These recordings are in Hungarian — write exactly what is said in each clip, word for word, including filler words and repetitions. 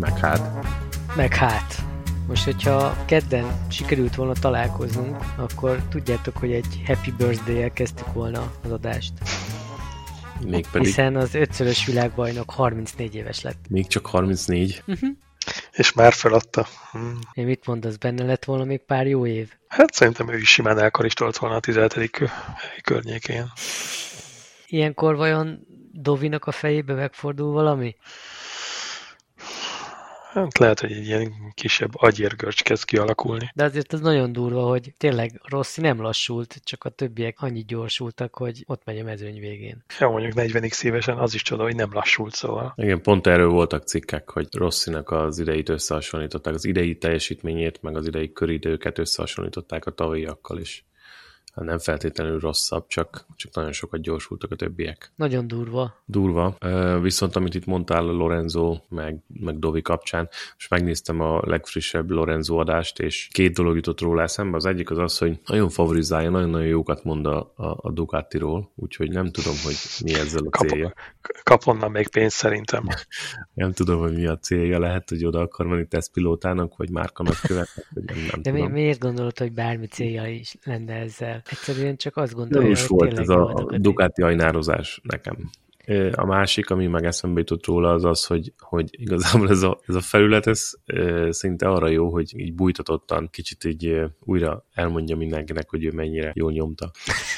Meg hát. Meg hát. Most, hogyha kedden sikerült volna találkoznunk, akkor tudjátok, hogy egy happy birthday-el kezdtük volna az adást. Mégpedig... Hiszen az ötszörös világbajnok harmincnégy éves lett. Még csak harmincnégy? Uh-huh. És már feladta. Hmm. Én mit mondasz, benne lett volna még pár jó év? Hát szerintem ő is simán elkaristolt volna a tizenhetedik környékén. Ilyenkor vajon Dovinak a fejébe megfordul valami? Hát lehet, hogy egy ilyen kisebb agyérgörcs kezd kialakulni. De azért az nagyon durva, hogy tényleg Rossi nem lassult, csak a többiek annyit gyorsultak, hogy ott megy a mezőny végén. Ja, mondjuk negyven évesen az is csoda, hogy nem lassult, szóval. Igen, pont erről voltak cikkek, hogy Rossinak az ideit összehasonlították, az idei teljesítményét, meg az idei köridőket összehasonlították a tavalyiakkal is. Hát nem feltétlenül rosszabb, csak, csak nagyon sokat gyorsultak a többiek. Nagyon durva. Durva. Viszont amit itt mondtál Lorenzo, meg, meg Dovi kapcsán, most megnéztem a legfrissebb Lorenzo adást, és két dolog jutott róla eszembe. Az egyik az az, hogy nagyon favorizálja, nagyon-nagyon jókat mond a, a, a Ducatiról, úgyhogy nem tudom, hogy mi ezzel a célja. Kap, kap onnan még pénzt szerintem. Nem tudom, hogy mi a célja, lehet, hogy oda akar menni tesztpilótának, vagy márkanak követnek, vagy nem, nem De tudom. mi, miért gondolod, hogy bármi célja is lenne ezzel? Egyszerűen csak azt gondolja, hogy volt ez a, a Ducati ajnározás nekem. A másik, ami meg eszembe jutott róla, az az, hogy, hogy igazából ez a, ez a felület, ez e, szinte arra jó, hogy így bújtatottan kicsit így e, újra elmondja mindenkinek, hogy ő mennyire jól nyomta.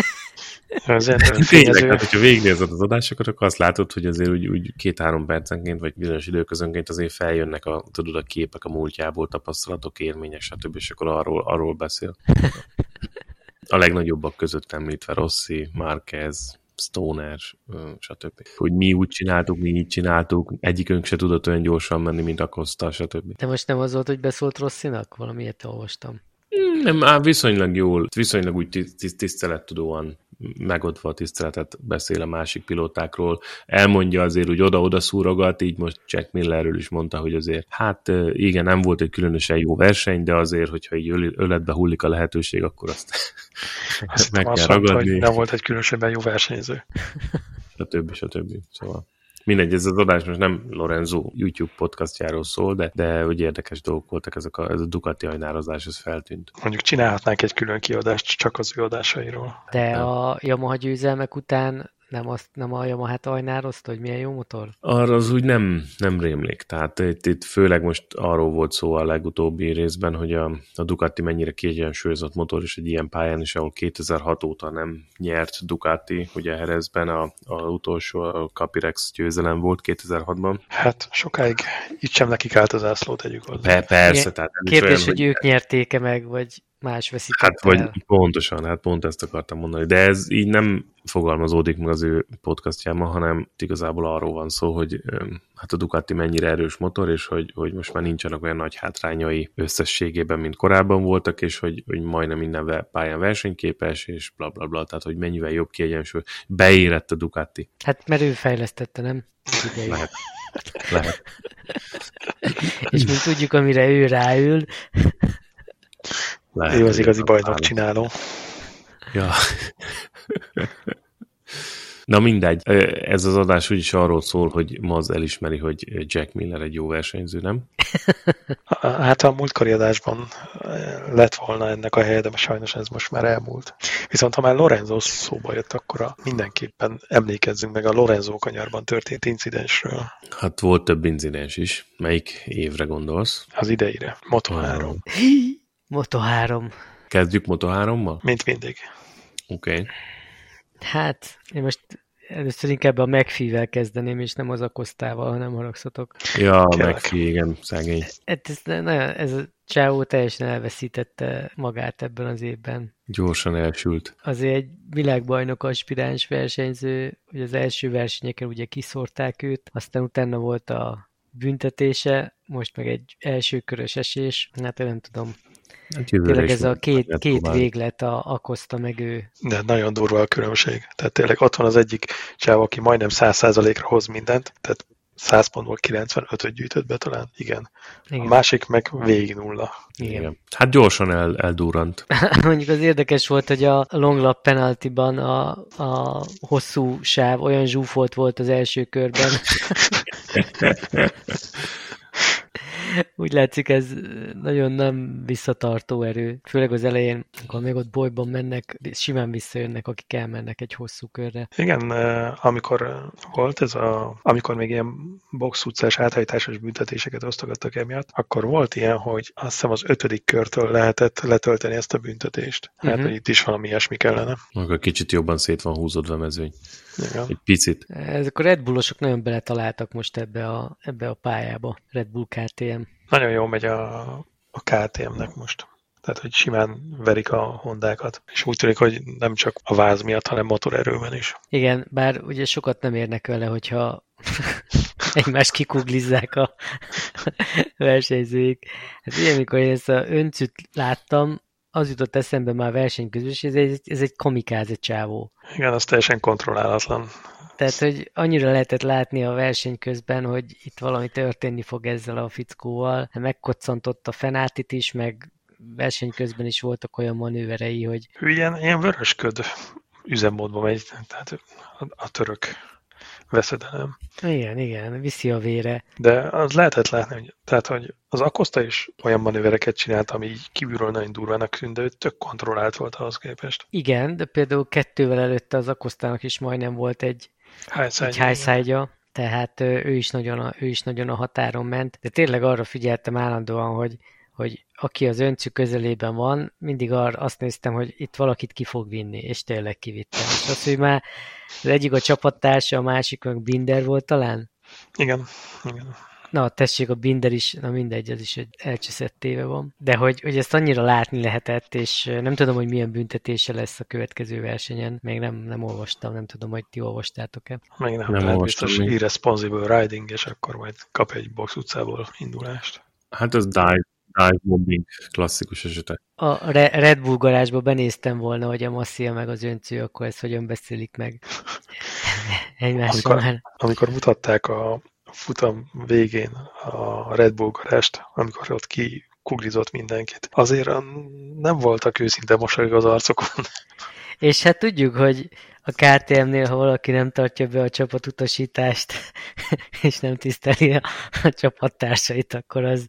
Tényleg, hát, hogyha végignézed az adásokat, akkor azt látod, hogy azért úgy, úgy két-három percenként, vagy bizonyos időközönként azért feljönnek a, tudod, a képek a múltjából, tapasztalatok, élmények, stb. És akkor arról, arról beszél. A legnagyobbak között említve Rossi, Márquez, Stoner, stb. Hogy mi úgy csináltuk, mi így csináltuk, egyikünk se tudott olyan gyorsan menni, mint Acosta, stb. De most nem az volt, hogy beszólt Rossinak? Valamiért olvastam. Nem, á, viszonylag jól, viszonylag úgy tisztelettudóan megadva a tiszteletet beszél a másik pilótákról. Elmondja azért, hogy oda-oda szúrogat, így most Jack Millerről is mondta, hogy azért, hát igen, nem volt egy különösen jó verseny, de azért, hogyha így öletbe hullik a lehetőség, akkor azt, azt meg kell ragadni. Mondta, hogy nem volt egy különösebben jó versenyző. A többi, a többi. Szóval mindegy, ez az adás most nem Lorenzo YouTube podcastjáról szól, de, de hogy érdekes dolgok voltak, ezek a, ez a Ducati ajnározás, ez feltűnt. Mondjuk csinálhatnánk egy külön kiadást csak az ő adásairól. De a Yamaha győzelmek után nem, azt, nem a Yamahát ajnározta, hogy milyen jó motor? Arra az úgy nem, nem rémlik. Tehát itt, itt főleg most arról volt szó a legutóbbi részben, hogy a, a Ducati mennyire kiegyensúlyozott motor, és egy ilyen pályán is, ahol kétezer-hat óta nem nyert Ducati, ugye Jerezben a, a utolsó a Capirex győzelem volt kétezer-hatban. Hát sokáig itt sem nekik állt az ászló, tegyük hozzá. Pe- persze. Tehát kérdés, olyan, hogy ők nyerték-e meg, vagy más veszítette Hát vagy pontosan, hát pont ezt akartam mondani. De ez így nem fogalmazódik meg az ő podcastjában, hanem igazából arról van szó, hogy hát a Ducati mennyire erős motor, és hogy, hogy most már nincsenek olyan nagy hátrányai összességében, mint korábban voltak, és hogy, hogy majdnem minden pályán versenyképes, és bla bla bla, tehát hogy mennyivel jobb kiegyensúly. Beérett a Ducati. Hát mert ő fejlesztette, nem? Lehet. Lehet. És mint tudjuk, amire ő ráül. Lehet, ő az igazi bajnok csináló. Ja. Na mindegy, ez az adás úgyis arról szól, hogy Maz elismeri, hogy Jack Miller egy jó versenyző, nem? Hát a múltkori adásban lett volna ennek a helye, de sajnos ez most már elmúlt. Viszont ha már Lorenzo szóba jött, akkor a mindenképpen emlékezzünk meg a Lorenzo kanyarban történt incidensről. Hát volt több incidens is. Melyik évre gondolsz? Az ideire. Moto három. Moto három. Kezdjük Moto hárommal? Mint mindig. Oké. Okay. Hát, én most először inkább a McPhee-vel kezdeném, és nem az Acostával, hanem haragszatok. Ja, McPhee, igen, szegény. Ez, ez, ez a csávó teljesen elveszítette magát ebben az évben. Gyorsan elsült. Azért egy világbajnok aspiráns versenyző, hogy az első versenyeken ugye kiszórták őt, aztán utána volt a büntetése, most meg egy első körös esés, hát én nem tudom. Hát tényleg ez a két, két véglet, a Acosta meg ő. De nagyon durva a különbség. Tehát tényleg ott van az egyik csáv, aki majdnem száz százalékra hoz mindent, tehát száz pontból kilencvenötöt gyűjtött be talán, igen. igen. A másik meg végig nulla. Igen. igen. Hát gyorsan el, eldurrant. Mondjuk az érdekes volt, hogy a long lap penaltyban a, a hosszú sáv olyan zsúfolt volt az első körben. úgy látszik, ez nagyon nem visszatartó erő. Főleg az elején, amikor még ott bolyban mennek, simán visszajönnek, akik elmennek egy hosszú körre. Igen, amikor volt ez a, amikor még ilyen box utcás áthajtásos büntetéseket osztogattak emiatt, akkor volt ilyen, hogy azt hiszem az ötödik körtől lehetett letölteni ezt a büntetést. Hát, uh-huh. hogy itt is valami ilyesmi kellene. Akkor kicsit jobban szét van húzódva a mezőny. Igen. Egy picit. Ezek a Red Bullosok nagyon beletaláltak most ebbe a, ebbe a pályába. Red Bull ká té em. Nagyon jól megy a, a ká té emnek most. Tehát, hogy simán verik a hondákat. És úgy tűnik, hogy nem csak a váz miatt, hanem motorerőben is. Igen, bár ugye sokat nem érnek vele, hogyha egymást kikuglizzák a versenyzőik. Hát ugye, amikor én ezt a öncüt láttam, az jutott eszembe már verseny közül, és ez egy, ez egy kamikáze csávó. Igen, az teljesen kontrollálatlan. Tehát, hogy annyira lehetett látni a verseny közben, hogy itt valami történni fog ezzel a fickóval. Megkoccantott a Fenátit is, meg verseny közben is voltak olyan manőverei, hogy... Ő ilyen, ilyen vörösköd üzemmódban megy, tehát a, a török veszedelem. Igen, igen, viszi a vére. De az lehetett látni, hogy, tehát, hogy az Acosta is olyan manővereket csinált, ami így kívülről nagyon durvának tűnt, de ő tök kontrollált volt ahhoz képest. Igen, de például kettővel előtte az Acostának is majdnem volt egy highside-ja, tehát ő is, nagyon a, ő is nagyon a határon ment, de tényleg arra figyeltem állandóan, hogy hogy aki az öncű közelében van, mindig arra azt néztem, hogy itt valakit ki fog vinni, és tényleg kivittem. És az, hogy már az egyik a csapattársa, a másik meg Binder volt talán? Igen, igen. Na, tessék, a Binder is, na mindegy, az is egy elcseszett téve van. De hogy, hogy ezt annyira látni lehetett, és nem tudom, hogy milyen büntetése lesz a következő versenyen. Még nem, nem olvastam, nem tudom, hogy ti olvastátok-e. Még nem, nem nem biztos még. Irresponsible riding, és akkor majd kap egy box utcából indulást. Hát az dive. Dive mobbing, klasszikus esete. A Red Bull garázsba benéztem volna, hogy a Masia meg az öncő, akkor ezt hogyan beszélik meg egymással amikor, már. Amikor mutatták a futam végén a Red Bull garást, amikor ott ki kuglizott mindenkit, azért nem voltak őszinte mosolyog az arcokon. És hát tudjuk, hogy a ká té emnél, ha valaki nem tartja be a csapatutasítást, és nem tiszteli a, a csapattársait, akkor az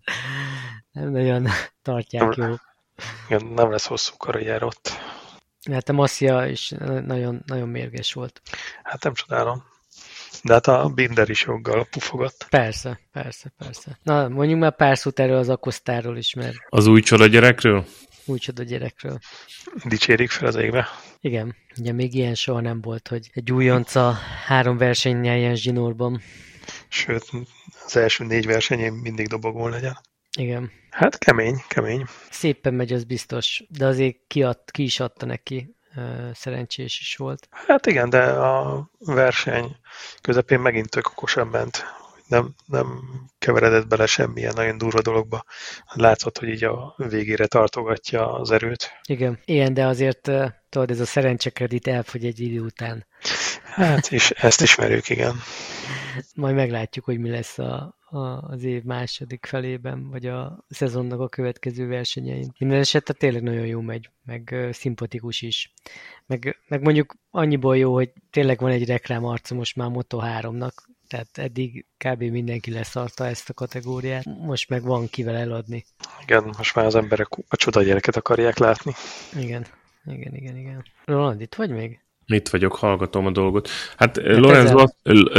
nem nagyon tartják nem, jó. Igen, nem lesz hosszú karrier ott. Hát a Masia is nagyon, nagyon mérges volt. Hát nem csodálom. De hát a Binder is joggal pufogott. Persze, persze, persze. Na, mondjuk már pár szót erről az Acostáról is, mert... Az új csoda gyerekről? Új csoda gyerekről. Dicsérik fel az égbe. Igen, ugye még ilyen soha nem volt, hogy egy újonca három verseny nyeljen zsinórban. Sőt, az első négy versenyén mindig dobogón legyen. Igen. Hát kemény, kemény. Szépen megy, az biztos, de azért ki, ad, ki is adta neki, szerencsés is volt. Hát igen, de a verseny közepén megint tök okosan ment. Nem, nem keveredett bele semmilyen nagyon durva dologba. Látszott, hogy így a végére tartogatja az erőt. Igen, ilyen, de azért tudod, ez a szerencsekredit elfogy egy idő után. Hát, és ezt ismerjük, igen. Majd meglátjuk, hogy mi lesz a, a, az év második felében, vagy a szezonnak a következő versenyein. Minden esetre tényleg nagyon jó megy, meg uh, szimpatikus is. Meg, meg mondjuk annyiból jó, hogy tényleg van egy reklámarca most már Moto háromnak, tehát eddig kb. Mindenki leszarta ezt a kategóriát, most meg van kivel eladni. Igen, most már az emberek a csodagyereket akarják látni. Igen, igen, igen, igen. Roland, itt vagy még? Itt vagyok, hallgatom a dolgot. Hát Lorenzo azt,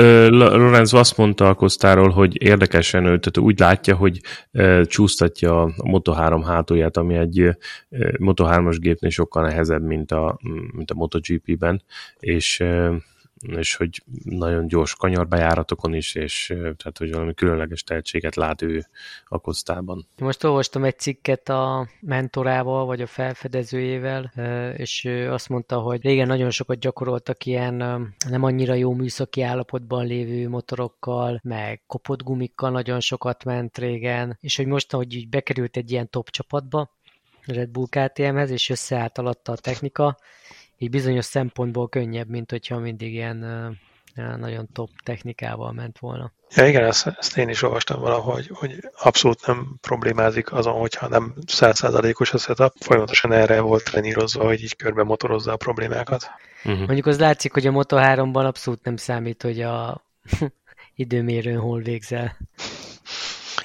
Lorenzo azt mondta a Costáról, hogy érdekesen ő, tehát úgy látja, hogy e, csúsztatja a Moto három hátulját, ami egy e, Moto hármas gépnél sokkal nehezebb, mint a, mint a MotoGP-ben, és e, és hogy nagyon gyors kanyarbejáratokon is, és tehát, hogy valami különleges tehetséget lát ő a Costában. Most olvastam egy cikket a mentorával, vagy a felfedezőjével, és azt mondta, hogy régen nagyon sokat gyakoroltak ilyen nem annyira jó műszaki állapotban lévő motorokkal, meg kopott gumikkal nagyon sokat ment régen, és hogy most, ahogy így bekerült egy ilyen top csapatba, Red Bull ká té emhez, és összeállt alatta a technika, így bizonyos szempontból könnyebb, mint hogyha mindig ilyen uh, nagyon top technikával ment volna. Ja, igen, ezt, ezt én is olvastam valahogy, hogy abszolút nem problémázik azon, hogyha nem száz százalékos a setup. Folyamatosan erre volt trenírozva, hogy így körbe motorozza a problémákat. Uh-huh. Mondjuk az látszik, hogy a Moto háromban abszolút nem számít, hogy a időmérőn hol végzel.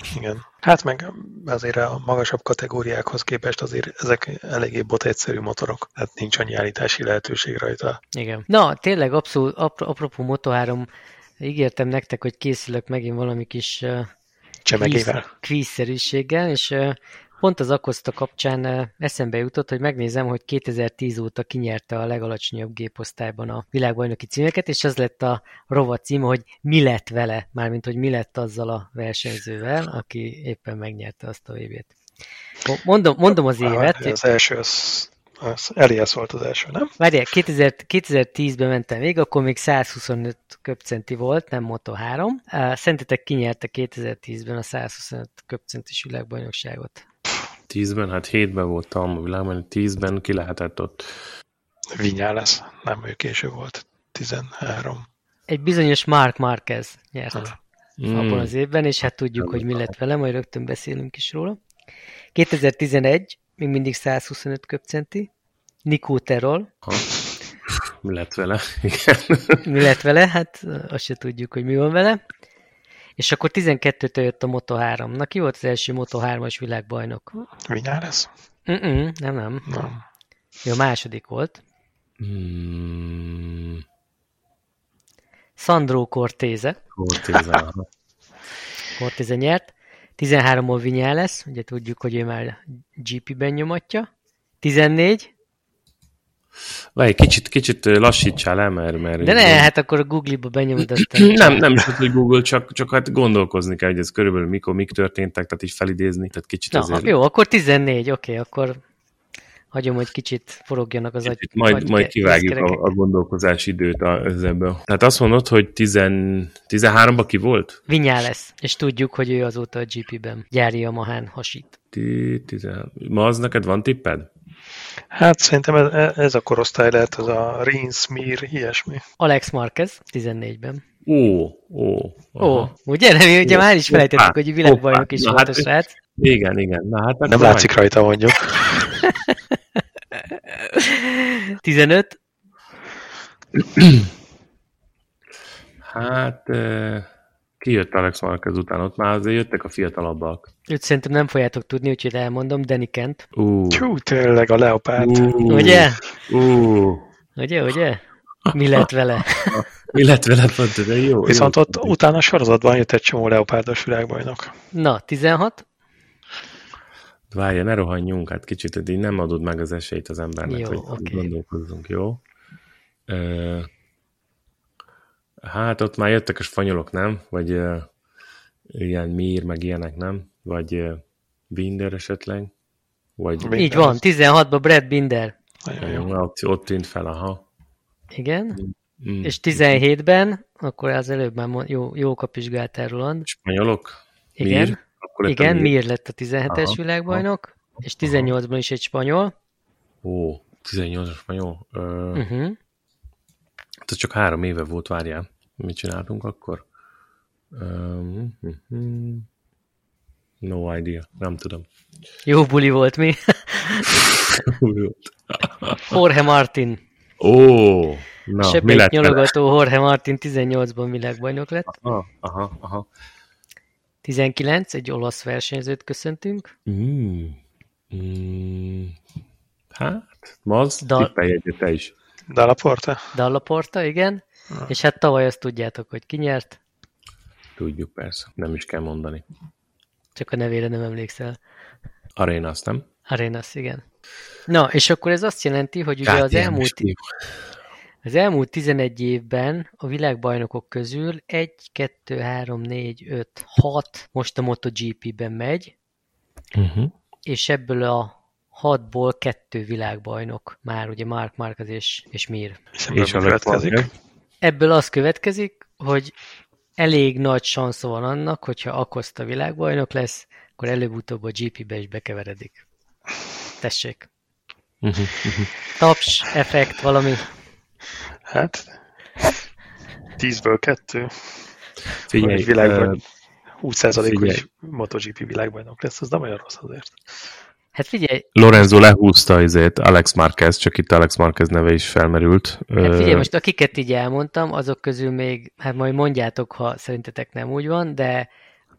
Igen. Hát meg azért a magasabb kategóriákhoz képest azért ezek eléggé bot egyszerű motorok, tehát nincs annyi állítási lehetőség rajta. Igen. Na, tényleg abszolút, ap- apropó Moto három, ígértem nektek, hogy készülök megint valami kis uh, Csemegével. kvízszerűséggel, és uh, pont az Akosta kapcsán uh, eszembe jutott, hogy megnézem, hogy kétezer-tíz óta kinyerte a legalacsonyabb géposztályban a világbajnoki címeket, és az lett a rovat címe, hogy mi lett vele, mármint, hogy mi lett azzal a versenyzővel, aki éppen megnyerte azt a vé bét. Mondom, mondom az évet. Az első, az, az Elias volt az első, nem? Várjál, kétezer-tízben mentem még, akkor még száz huszonöt köbcenti volt, nem Moto három. Szerintetek kinyerte kétezer-tízben a száz huszonöt köbcentis világbajnokságot? tízben, hát hétben voltam a világban, tízben ki lehetett ott. Vinyales, nem ő később volt, tizenhárom. Egy bizonyos Marc Márquez nyert Mm. abban az évben, és hát tudjuk, hogy mi lett vele, majd rögtön beszélünk is róla. kétezer-tizenegy, még mindig száz huszonöt köbcenti, Nico Terol. Ha. Mi lett vele? Igen. Mi lett vele? Hát azt se tudjuk, hogy mi van vele. És akkor tizenkettőtől jött a Moto három. Na, ki volt az első Moto hármas világbajnok? Vinyales? Mm-mm, nem, nem. Nem. Ő a második volt. Mm. Sandro Cortese. Cortese. Cortese nyert. tizenháromból Vinyales, ugye tudjuk, hogy ő már gé pé-ben nyomatja. tizennégy. Várj, kicsit, kicsit lassítsál el, mert... mert De ne, így, hát akkor a Google-ba benyomod aztán. nem, nem is, hogy Google, csak, csak hát gondolkozni kell, hogy ez körülbelül mikor, mik történtek, tehát így felidézni, tehát kicsit Na, azért... jó, akkor tizennégy, oké, akkor hagyom, hogy kicsit forogjanak az agy. Kicsit majd, agy- majd kivágjuk kézkerekek. a, a gondolkozási időt a, ebből. Tehát azt mondod, hogy tizenháromban ki volt? Vinyales, és tudjuk, hogy ő azóta a gé pé-ben gyári Yamahán hasít. tizenhárom. Ma az neked van tipped? Hát szerintem ez, ez a korosztály lehet, az a Rins, Mir, ilyesmi. Alex Marquez, tizennégyben. Ó, ó. Ó, ugye? Nem, ugye Jó, már is felejtettük, hoppá, hogy világbajnok is hoppá. volt Na, a hát- srác. Igen, igen. Na, hát Nem akkor látszik rajta, mondjuk. tizenöt. Hát eh, ki jött Alex Marquez után? Ott már azért jöttek a fiatalabbak. Őt szerintem nem fogjátok tudni, úgyhogy elmondom, Danny Kent. Ú, Tjú, tényleg a Leopárd. ú, Ugye? Ú, Ugye, ugye? Mi lett vele? mi lett vele pont, de jó. Viszont jó. ott utána a sorozatban jött egy csomó Leopárdos világbajnok. Na, tizenhat. Várja, ne rohanjunk, hát kicsit, hogy így nem adod meg az esélyt az embernek, Jó, hogy oké. gondolkozzunk, jó? Ö, hát ott már jöttek a spanyolok, nem? Vagy ö, ilyen Mir, meg ilyenek, nem? Vagy ö, Binder esetleg? Vagy Binder. Így van, tizenhatban Brad Binder. Nagyon jó. Ö, ott, ott tűnt fel, aha. Igen. Mm. És tizenhétben, akkor az előbb már mond, jó, jó kapizsgáltál Roland. Spanyolok? Igen. Mir? Akkor lett a Igen, Mir. Mir lett a tizenhetes Aha, világbajnok, és tizennyolcban is egy spanyol. Ó, tizennyolcas spanyol. Ö, Uh-huh. hát ez csak három éve volt, várjál. Mit csináltunk akkor? Um, no idea, nem tudom. Jó buli volt mi. Jorge Martin. Ó, na, mi Söpét lett vele? nyalogató Jorge Martin tizennyolcban világbajnok lett. Aha, aha, aha. tizenkilenc, egy olasz versenyzőt köszöntünk. Mm. Mm. Hát, Maz, Dal- tippelj egyet te is. Dalla Porta? Dalla Porta, igen. És hát tavaly azt tudjátok, hogy ki nyert, Tudjuk persze, nem is kell mondani. csak a nevére nem emlékszel. Arenas, nem? Arenas, igen. Na, és akkor ez azt jelenti, hogy ugye az elmúlt, az elmúlt tizenegy évben a világbajnokok közül egy, kettő, három, négy, öt, hat most a MotoGP-ben megy, Uh-huh. és ebből a hatból kettő világbajnok már, ugye Marc Márquez és, és Mir. És És a következik. Ebből az következik, hogy elég nagy sansza van annak, hogyha Acosta világbajnok lesz, akkor előbb-utóbb a gé pé-be is bekeveredik. Tessék. Uh-huh. Uh-huh. Taps, effekt, valami. Hát, tízből kettő. Figyelj, Egy világbajnok. uh, húsz százalék, figyelj. hogy MotoGP világbajnok lesz, az nem olyan rossz azért. Hát figyelj, Lorenzo lehúzta azért Alex Marquez, csak itt Alex Marquez neve is felmerült. hát figyelj, Ö, most akiket így elmondtam, azok közül még, hát majd mondjátok, ha szerintetek nem úgy van, de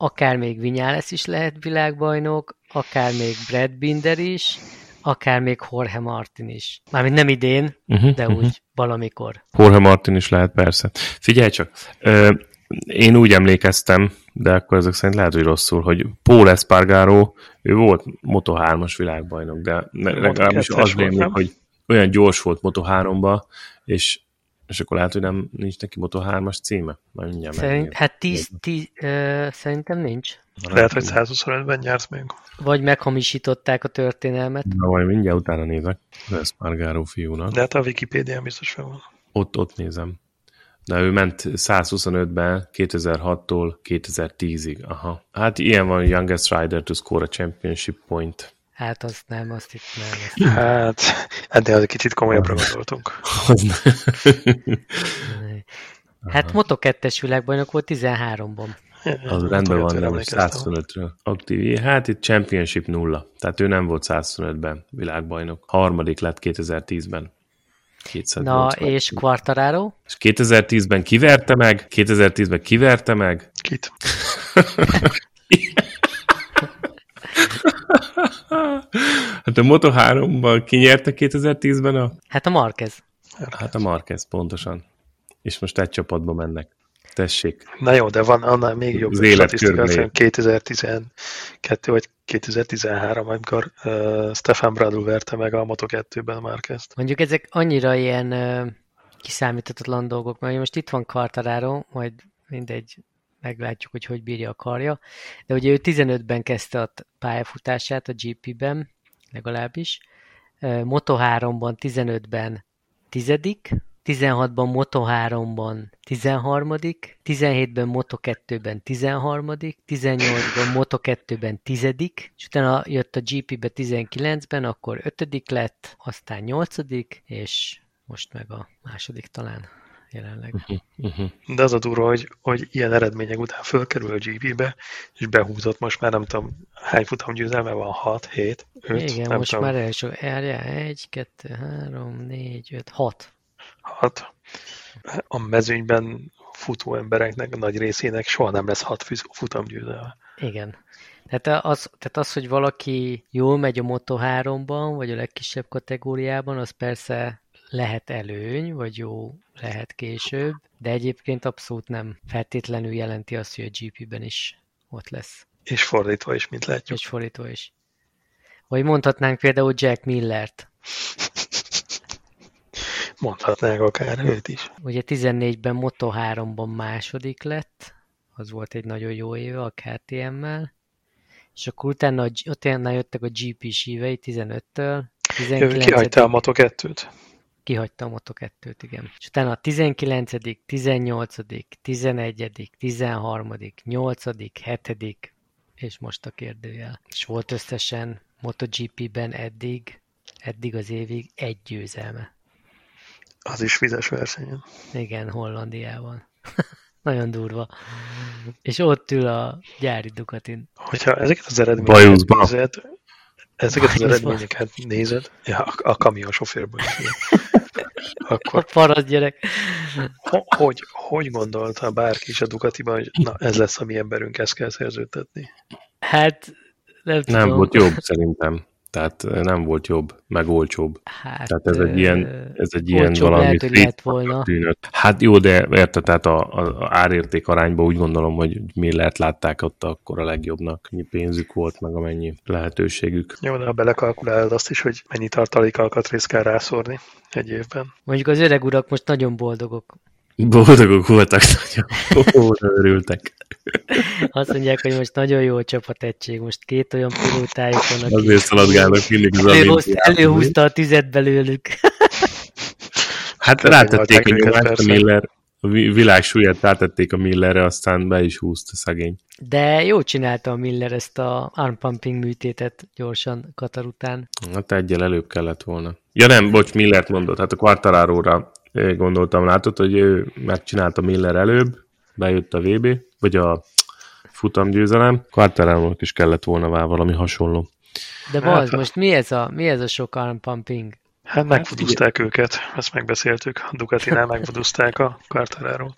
akár még Viñales is lehet világbajnok, akár még Brad Binder is, akár még Jorge Martin is. Mármint nem idén, uh-huh, de úgy uh-huh. valamikor. Jorge Martin is lehet, persze. Figyelj csak, ö, én úgy emlékeztem, de akkor ezek szerint lehet, hogy rosszul, hogy Paul Espargaro, ő volt Moto hármas világbajnok, de legalábbis az rémlik, hogy olyan gyors volt Moto háromba, és, és akkor lehet, hogy nem nincs neki Moto hármas címe? Szerint, hát tíz, tíz, uh, szerintem nincs. Lehet, hogy százhuszonötben nyert még. Vagy meghamisították a történelmet. Na, majd mindjárt utána nézek az Espargaro fiúnak. De hát a Wikipédián biztos fel van. Ott, ott nézem. De ő ment százhuszonötben kétezer-hattól kétezer-tízig. Aha. Hát ilyen van, youngest rider to score a championship point. Hát azt nem, azt itt nem. Azt hát, ennél az egy kicsit komolyabbra gondoltunk. Hát Moto kettes világbajnok volt tizenháromban. Az rendben van, de most százhuszonötről aktív. Hát itt championship nulla. Tehát ő nem volt százhuszonötben világbajnok. Harmadik lett kétezer-tízben. Na, és Quartararo? És kétezer-tízben kiverte meg? kétezer-tízben kiverte meg? Kit? Hát a Moto háromban ki nyerte kétezer-tízben a... Hát a Marquez. Hát a Marquez, pontosan. És most egy csapatba mennek. Tessék. Na jó, de van annál még jobb statisztika, kétezer-tizenkettő vagy kétezer-tizenhárom, amikor uh, Stefan Bradl verte meg a Moto kettőben a Marquezt. Mondjuk ezek annyira ilyen uh, kiszámíthatatlan dolgok, mert most itt van Quartararo, majd mindegy, meglátjuk, hogy hogy bírja a karja, de ugye ő tizenötben kezdte a pályafutását a gé pé-ben, legalábbis. Uh, Moto háromban tizenötben tizedik, tizenhatban Moto háromban tizenharmadik, tizenhétben Moto kettőben tizenharmadik, tizennyolcban Moto kettőben tizedik, és utána jött a gé pé-be tizenkilencben, akkor ötödik lett, aztán nyolcadik, és most meg a második talán jelenleg. Uh-huh, uh-huh. De az a durva, hogy, hogy ilyen eredmények után fölkerül a gé pé-be, és behúzott most már nem tudom, hány futamgyőzelme van, hat, hét, öt, igen, nem most tudom. már első, egy, kettő, három, négy, öt, hat. Hat. A mezőnyben futó embereknek, a nagy részének soha nem lesz hat futamgyőzelme. Igen. Tehát az, tehát az, hogy valaki jól megy a Moto háromban, vagy a legkisebb kategóriában, az persze lehet előny, vagy jó lehet később, de egyébként abszolút nem feltétlenül jelenti azt, hogy a gé pé-ben is ott lesz. És fordítva is, mint látjuk. És fordítva is. Vagy mondhatnánk például Jack Millert. Mondhatnánk akár őt is. Ugye tizennégyben Moto háromban második lett, az volt egy nagyon jó éve a ká té em-mel, és akkor utána, utána jöttek a gé pés évei tizenöttől. tizenkilencedik Kihagyta a Moto kettőt? Kihagyta a Moto kettőt, igen. És utána a tizenkilencedik, tizennyolcadik, tizenegyedik, tizenharmadik, nyolcadik, hetedik, és most a kérdőjel. És volt összesen MotoGP-ben eddig, eddig az évig egy győzelme. Az is vizes versenyen. Igen, Hollandiában. Nagyon durva. És ott ül a gyári Ducatin. Hogyha ezeket az eredményeket nézed, ezeket az eredményeket nézed, ja, a, a kamionsofőrből akkor a paraszt gyerek. Hogy, hogy gondolta bárki is a Ducatiban, hogy na, ez lesz a mi emberünk, ezt kell szerződtetni? Hát, nem tudom. Nem volt jobb, szerintem. Tehát nem volt jobb, meg olcsóbb. Hát, tehát ez egy ilyen, ez egy ilyen valami lehet, hogy lehet volna. Tűnött. Hát jó, de érted, tehát a, a, a árérték arányban úgy gondolom, hogy Millert látták ott akkor a legjobbnak. Mennyi pénzük volt, meg amennyi lehetőségük. Jó, de ha belekalkulálod azt is, hogy mennyi tartalékalkatrészt kell rászórni egy évben. Mondjuk az öreg urak most nagyon boldogok. Boldogok voltak, nagyon örültek. Azt mondják, hogy most nagyon jó a csapategység, most két olyan pilótájuk van, aki azért szaladgálnak mindig az előhúzta, előhúzta a tüzet belőlük. Hát rátették a nyomást a Miller, a világ súlyát rátették a Millerre, aztán be is húzta szegény. De jó csinálta a Miller ezt a armpumping műtétet gyorsan Katar után. Hát egyel előbb kellett volna. Ja nem, bocs, Millert mondott, hát a Quartararo-ra gondoltam, látod, hogy ő megcsinálta Miller előbb, bejött a vé bé, vagy a futamgyőzelem, Quartararo-nak is kellett volna vár valami hasonló. De hát, bazd, most mi ez a, mi ez a sok armpumping? Hát megfuduzták hát, őket, ezt megbeszéltük, a Ducatinál megfuduzták a Quartararo-t.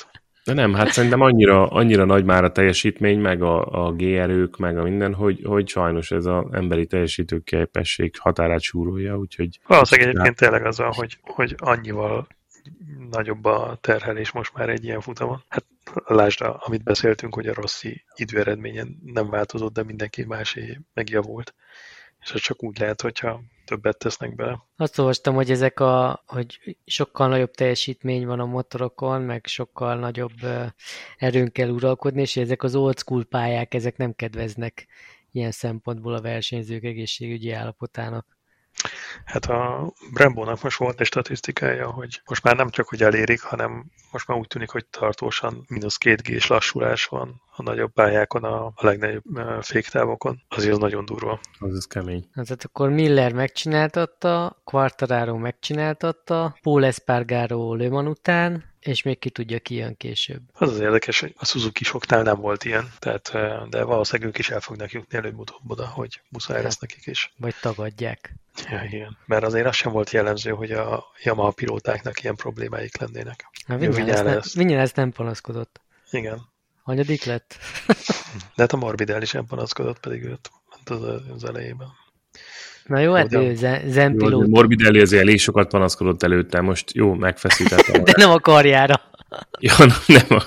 De nem, hát szerintem annyira, annyira nagy már a teljesítmény, meg a, a G-erők, meg a minden, hogy, hogy sajnos ez az emberi teljesítőképesség határát súrolja, úgyhogy... Valószínűleg egyébként tényleg az van, hogy, hogy annyival nagyobb a terhelés most már egy ilyen futamon. Hát lásd, amit beszéltünk, hogy a Rossi időeredményen nem változott, de mindenki másé megjavult. És ez csak úgy lehet, hogyha többet tesznek bele. Azt olvastam, hogy ezek a, hogy sokkal nagyobb teljesítmény van a motorokon, meg sokkal nagyobb erőn kell uralkodni, és ezek az old school pályák, ezek nem kedveznek ilyen szempontból a versenyzők egészségügyi állapotának. Hát a Brembónak most volt egy statisztikája, hogy most már nem csak, hogy elérik, hanem most már úgy tűnik, hogy tartósan mínusz két G-s lassulás van a nagyobb pályákon, a, a legnagyobb féktávokon. Azért az nagyon durva. Az az kemény. Hát akkor Miller megcsináltatta, Quartararo megcsináltatta, Paul Espargaro Le Mans után, és még ki tudja, ki jön később. Az az érdekes, hogy a Suzuki soknál nem volt ilyen, tehát, de valószínűleg ők is el fognak jutni előbb-utóbb oda, hogy muszáj lesz nekik is. Vagy tagadják. Ja, igen. Mert azért az sem volt jellemző, hogy a Yamaha pilótáknak ilyen problémáik lennének. Vinyel ezt nem panaszkodott. Igen. Hanyadik lett? De hát a Morbidelli sem panaszkodott, pedig őt az, az elejében. Na jó, hát ő zen pilóta. Morbidelli azért elég sokat panaszkodott előtte, most jó, megfeszített. De nem a karjára. Ja, nem a...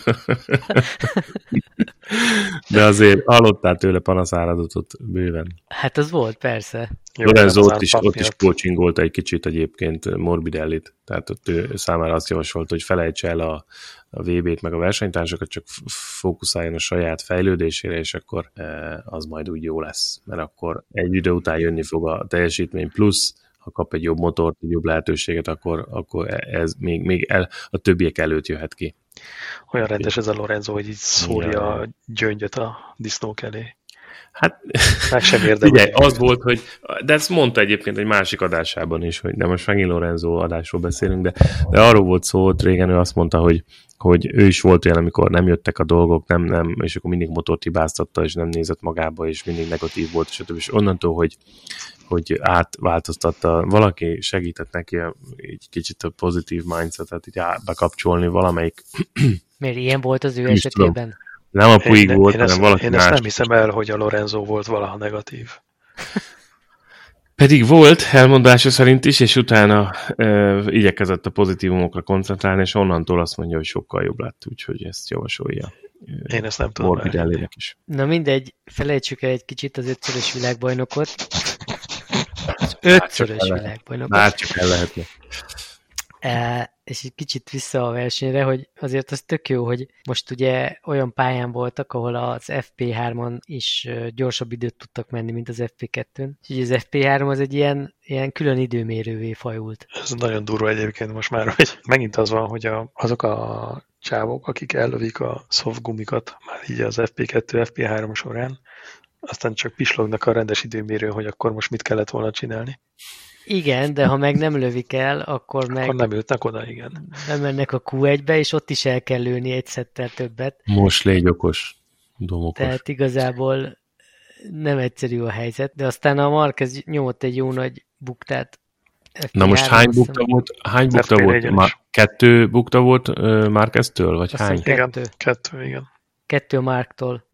De azért hallottál tőle panaszáradatot bőven. Hát az volt, persze. Lorenzo ott is, ott is coachingolta egy kicsit egyébként Morbidellit, tehát ott ő számára azt javasolta, hogy felejts el a, a vé bét meg a versenytársakat, csak fókuszáljon a saját fejlődésére, és akkor az majd úgy jó lesz, mert akkor egy idő után jönni fog a teljesítmény plusz, ha kap egy jobb motort, egy jobb lehetőséget, akkor, akkor ez még, még el, a többiek előtt jöhet ki. Olyan rendes ez a Lorenzo, hogy így szórja a gyöngyöt a disznók elé. Hát, meg sem érdemel. Ugye, az volt, hogy, de ezt mondta egyébként egy másik adásában is, hogy de most megint Lorenzo adásról beszélünk, de, de arról volt szó, hogy régen ő azt mondta, hogy, hogy ő is volt olyan, amikor nem jöttek a dolgok, nem, nem, és akkor mindig motort hibáztatta, és nem nézett magába, és mindig negatív volt, és, és onnantól, hogy hogy átváltoztatta, valaki segített neki egy kicsit a pozitív mindsetet így bekapcsolni valamelyik. Miért ilyen volt az ő esetében? Tudom. Nem a Puig volt, én hanem ezt, valaki én más. Én ezt nem hiszem el, hogy a Lorenzo volt valaha negatív. Pedig volt elmondása szerint is, és utána e, igyekezett a pozitívumokra koncentrálni, és onnantól azt mondja, hogy sokkal jobb lett, úgyhogy ezt javasolja. Én ezt nem tudom. Morbidellinek is. Na mindegy, felejtsük el egy kicsit az ötszörös világbajnokot. Az ötszörös világbajnokot. Már csak el lehetne. E, és egy kicsit vissza a versenyre, hogy azért az tök jó, hogy most ugye olyan pályán voltak, ahol az ef pé hármon is gyorsabb időt tudtak menni, mint az ef pé kettőn. És ugye az ef pé három az egy ilyen, ilyen külön időmérővé fajult. Ez nagyon durva egyébként most már, hogy megint az van, hogy a, azok a csávok, akik ellövik a soft gumikat, már így az ef pé kettő, ef pé három során, aztán csak pislognak a rendes időmérőn, hogy akkor most mit kellett volna csinálni. Igen, de ha meg nem lövik el, akkor meg... Akkor nem jutnak oda, igen. Nem mennek a kú egybe, és ott is el kell lőni egy szettel többet. Most légy okos, domokos. Tehát igazából nem egyszerű a helyzet, de aztán a Marquez nyomott egy jó nagy buktát. Na most hány bukta volt? Hány bukta volt? Már kettő bukta volt uh, Marquez-től, vagy Aztán hány? Kettő. Igen, kettő, igen. Kettő a Marktól.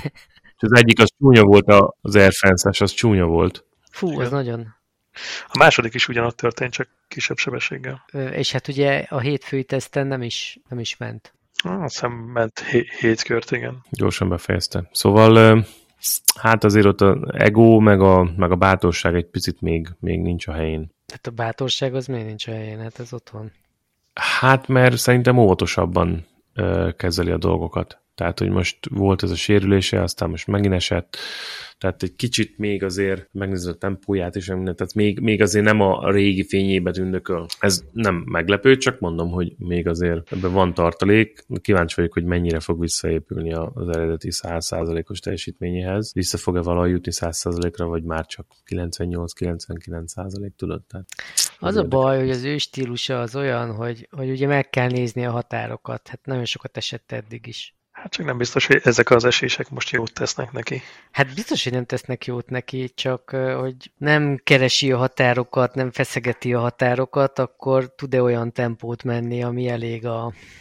És az egyik az csúnya volt, az Air France-es, az csúnya volt. Fú, igen. Az nagyon... A második is ugyanott történt, csak kisebb sebességgel. És hát ugye a hétfői teszten nem is, nem is ment. Azt hiszem ment hé- hét kört, igen. Gyorsan befejezte. Szóval hát azért ott az ego, meg a, meg a bátorság egy picit még, még nincs a helyén. Tehát a bátorság az miért nincs a helyén? Hát ez ott van. Hát mert szerintem óvatosabban ö, kezeli a dolgokat. Tehát, hogy most volt ez a sérülése, aztán most megint esett, tehát egy kicsit még azért megnézed a tempóját és minden, tehát még, még azért nem a régi fényébe tündököl. Ez nem meglepő, csak mondom, hogy még azért ebben van tartalék. Kíváncsi vagyok, hogy mennyire fog visszaépülni az eredeti száz százalékos teljesítményéhez. Vissza fog-e valahogy jutni száz százalékra, vagy már csak kilencvennyolc-kilencvenkilenc százalék, tudod? Tehát az a baj, hogy az ő stílusa az olyan, hogy, hogy ugye meg kell nézni a határokat. Hát nagyon sokat esett eddig is. Hát csak nem biztos, hogy ezek az esések most jót tesznek neki. Hát biztos, hogy nem tesznek jót neki, csak hogy nem keresi a határokat, nem feszegeti a határokat, akkor tud-e olyan tempót menni, ami elég a,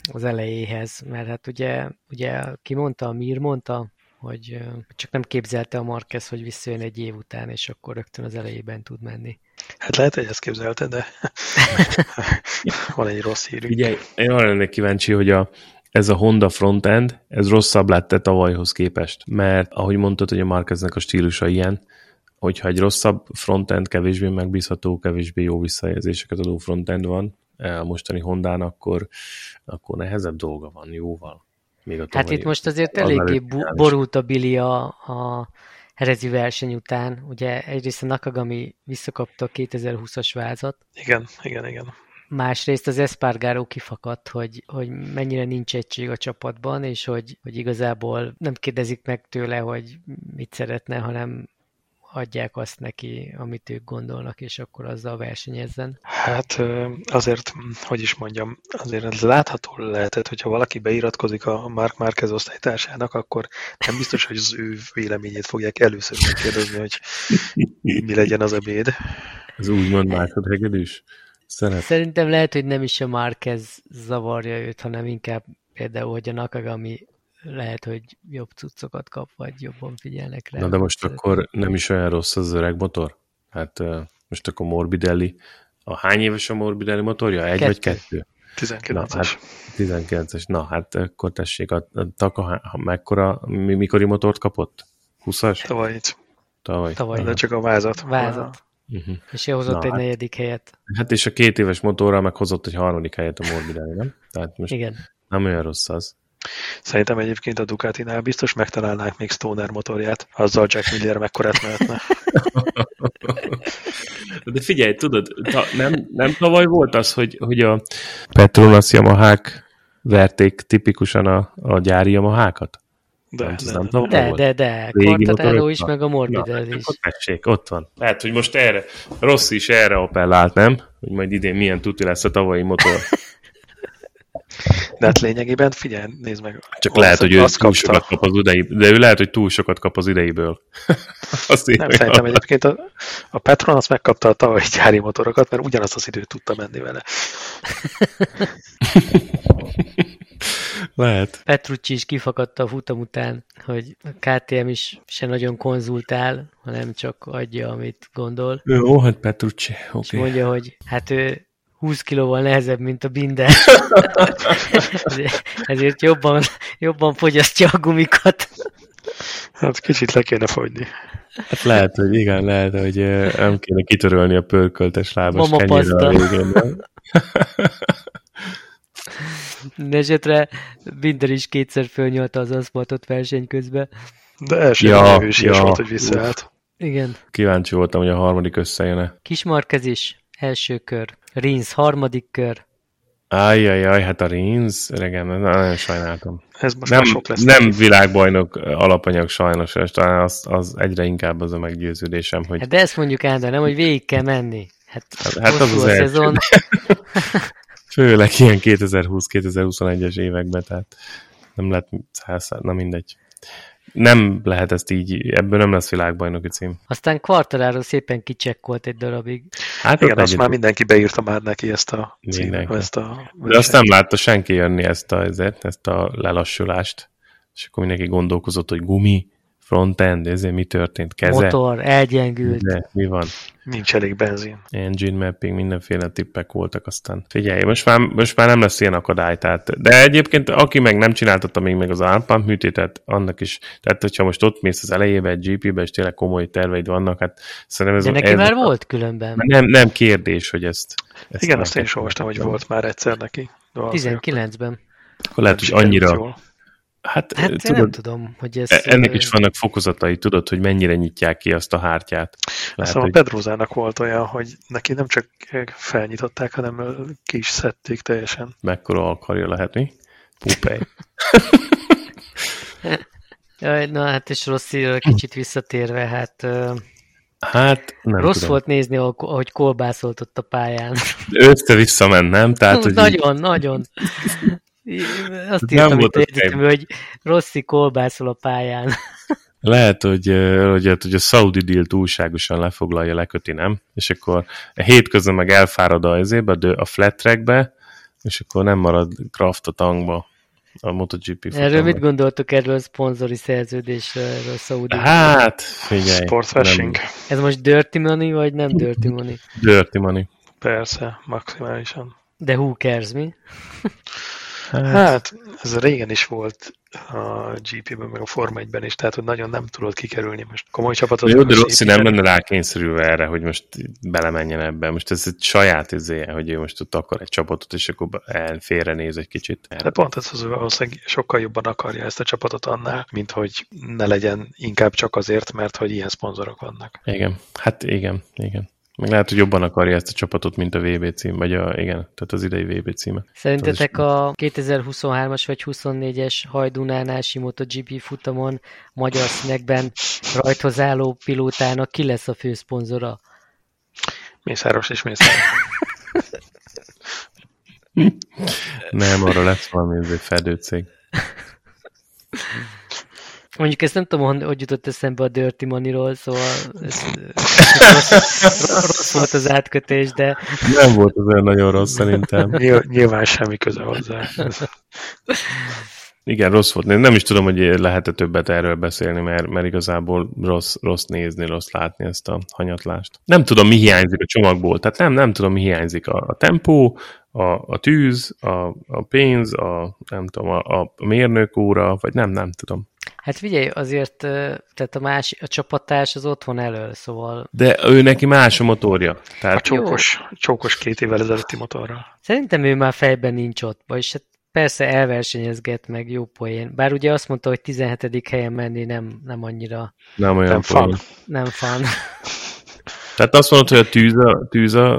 az elejéhez, mert hát ugye, ugye ki mondta, a Mir mondta, hogy csak nem képzelte a Marquez, hogy visszajön egy év után, és akkor rögtön az elejében tud menni. Hát lehet, hogy ezt képzelte, de van egy rossz hírünk. Ugye, én arra lennék kíváncsi, hogy a, ez a Honda frontend, ez rosszabb lett tavalyhoz képest, mert ahogy mondtad, hogy a Marqueznek a stílusa ilyen, hogyha egy rosszabb frontend, kevésbé megbízható, kevésbé jó visszajelzéseket adó frontend van a mostani Hondán, akkor, akkor nehezebb dolga van jóval. Még a hát itt most azért eléggé bu- borult a Billy a, a herezi verseny után. Ugye egyrészt a Nakagami visszakapta a kétezer-húszas vázat. Igen, igen, igen. Másrészt az Espargaró kifakadt, hogy, hogy mennyire nincs egység a csapatban, és hogy, hogy igazából nem kérdezik meg tőle, hogy mit szeretne, hanem adják azt neki, amit ők gondolnak, és akkor azzal versenyezzen. Hát azért, hogy is mondjam, azért ez látható lehetett, hogyha valaki beiratkozik a Marc Márquez osztálytársának, akkor nem biztos, hogy az ő véleményét fogják először megkérdezni, hogy mi legyen az ebéd. Ez úgymond másodhegedűs? Szeret. Szerintem lehet, hogy nem is a Márquez zavarja őt, hanem inkább például, hogy a Nakagami lehet, hogy jobb cuccokat kap, vagy jobban figyelnek rá. Na de most akkor nem is olyan rossz az öreg motor? Hát uh, most akkor Morbidelli. A hány éves a Morbidelli motorja? Egy kettő. Vagy kettő? tizenkilences. Na, hát tizenkilences. Na, hát akkor tessék, a, a Taka mekkora, mi, mikori motort kapott? húszas? Tavaly. Tavaly. Tavaly. De csak a vázat. Vázat. Uh-huh. És ő hozott Na, egy hát, negyedik helyet. Hát és a két éves motorral meg hozott egy harmadik helyet a Morbidelli, nem? Tehát most igen. Nem olyan rossz az. Szerintem egyébként a Ducatinál biztos megtalálnák még Stoner motorját, azzal Jack Miller mekkorát mehetne. De figyelj, tudod, ta, nem, nem tavaly volt az, hogy, hogy a Petronas Yamahák verték tipikusan a, a gyári Yamahákat? De, nem, de, nem de, de, de, de. Quartararo is, meg a Morbidelli is. Tessék, ott van. Lehet, hogy most erre, Rossi is erre appellált, nem? Hogy majd idén milyen tuti lesz a tavalyi motor. De hát lényegében, figyelj, nézd meg. Csak lehet, hogy ő túl sokat kap az idei, de ő lehet, hogy túl sokat kap az ideiből. Azt nem, szerintem egyébként a, a Petronas megkapta a tavalyi gyári motorokat, mert ugyanazt az időt tudta menni vele. Lehet. Petrucci is kifakadt a futam után, hogy a ká té em is se nagyon konzultál, hanem csak adja, amit gondol. Jó, hát Petrucci, oké. Okay. És mondja, hogy hát ő húsz kilóval nehezebb, mint a Binder. Ezért jobban, jobban fogyasztja a gumikat. Hát kicsit le kéne fogyni. Hát lehet, hogy igen, lehet, hogy nem kéne kitörölni a pörköltes lábas kenyérre a végén. Esetre Binder is kétszer fölnyolta az aszfaltot verseny közben. De első ja, is ja, volt, hogy visszaállt. Igen. Kíváncsi voltam, hogy a harmadik összejön-e. Kis Marquez is, első kör. Rins, harmadik kör. Ajjajjaj, hát a Rins, regem, nagyon sajnáltam. Ez most nem, sok lesz. Nem világbajnok alapanyag sajnos, és talán az, az egyre inkább az a meggyőződésem, hogy... Hát de ezt mondjuk ál, nem, hogy végig kell menni. Hát, hát, hát az az a szezon. Főleg ilyen kétezer-húsz kétezer-huszonegyes években, tehát nem lehet százszár, na mindegy. Nem lehet ezt így, ebből nem lesz világbajnoki cím. Aztán Quartararo szépen kicsekkolt egy darabig. Hát igen, azt már mindenki beírta már neki ezt a címet. Ezt a de azt nem látta senki jönni ezt a, ezért, ezt a lelassulást. És akkor mindenki gondolkozott, hogy gumi, frontend, ezért mi történt, keze. Motor, elgyengült. De mi van? Nincs elég benzin. Engine mapping, mindenféle tippek voltak aztán. Figyelj, most már, most már nem lesz ilyen akadály. Tehát, de egyébként, aki meg nem csináltatta még meg az armpump műtétet, annak is, tehát hogyha most ott mész az elejébe egy gé pé-be, és tényleg komoly terveid vannak, hát szerintem ez... De neki ez, már volt különben. Nem, nem kérdés, hogy ezt... ezt igen, azt én is olvastam, hogy volt már egyszer neki. tizenkilencben. Akkor lehet, hogy annyira... Hát, hát tudod, nem tudom, hogy ez... Ennek is vannak fokozatai, tudod, hogy mennyire nyitják ki azt a hártyát. Lehet, szóval hogy... a Pedrozának volt olyan, hogy neki nem csak felnyitották, hanem ki is szedték teljesen. Mekkora akarja lehetni? Pupej. Na hát, és Rosszira kicsit visszatérve, hát... Hát, nem rossz tudom. volt nézni, ahogy kolbászolt ott a pályán. Össze-vissza ment, nem? Tehát, hogy nagyon, így... nagyon. Azt írtam itt egyetemű, hogy Rossi kolbászol a pályán. Lehet, hogy, hogy, hogy a Saudi deal túlságosan lefoglalja, leköti, nem? És akkor a hétközben meg elfárad a, ezébe, a flat trackbe, és akkor nem marad Kraft a tankba a MotoGP futamban. Erről mit gondoltok erről a szponzori szerződésről, erről a Saudi? Hát, figyelj. Sportwashing. Ez most dirty money, vagy nem dirty money? Dirty money. Persze, maximálisan. De who cares, mi? Hát, hát ez régen is volt a gé pében, meg a Forma egyben is, tehát hogy nagyon nem tudod kikerülni most komoly csapatot. Jó, de Rossi nem lenne rákényszerülve erre, hogy most belemenjen ebbe. Most ez egy saját izéje, hogy ő most ott akar egy csapatot, és akkor félrenéz egy kicsit. De pont ez az, valószínűleg sokkal jobban akarja ezt a csapatot annál, mint hogy ne legyen inkább csak azért, mert hogy ilyen szponzorok vannak. Igen, hát igen, igen. Meg lehet, hogy jobban akarja ezt a csapatot, mint a vé bé cím, vagy a, igen, tehát az idei vé bé címe. Szerintetek a kétezer-huszonhármas vagy huszonnégyes Hajdúnál-Nási MotoGP futamon magyar színekben rajthoz álló pilótának ki lesz a főszponzora? Mészáros és Mészáros. Nem, arra lesz valami fedőcég. Mondjuk ezt nem tudom, hogy jutott eszembe a Dirty Money-ról, szóval ez, ez rossz, rossz volt az átkötés, de... Nem volt az olyan nagyon rossz szerintem. Nyilván semmi köze hozzá. Igen, rossz volt. Nem is tudom, hogy lehet-e többet erről beszélni, mert, mert igazából rossz, rossz nézni, rossz látni ezt a hanyatlást. Nem tudom, mi hiányzik a csomagból. Tehát nem, nem tudom, mi hiányzik. A, a tempó, a, a tűz, a, a pénz, a, nem tudom, a, a mérnök óra, vagy nem, nem tudom. Hát figyelj, azért tehát a, más, a csapattárs az otthon elől, szóval... De ő neki más a motorja. Tehát... A csókos, csókos két évvel ezelőtti motorral. Szerintem ő már fejben nincs ott, vagyis hát persze elversenyezget meg, jó poén. Bár ugye azt mondta, hogy tizenhetedik helyen menni nem, nem annyira... Nem olyan nem fan. Nem fan. Tehát azt mondod, hogy a tűz a, tűz a,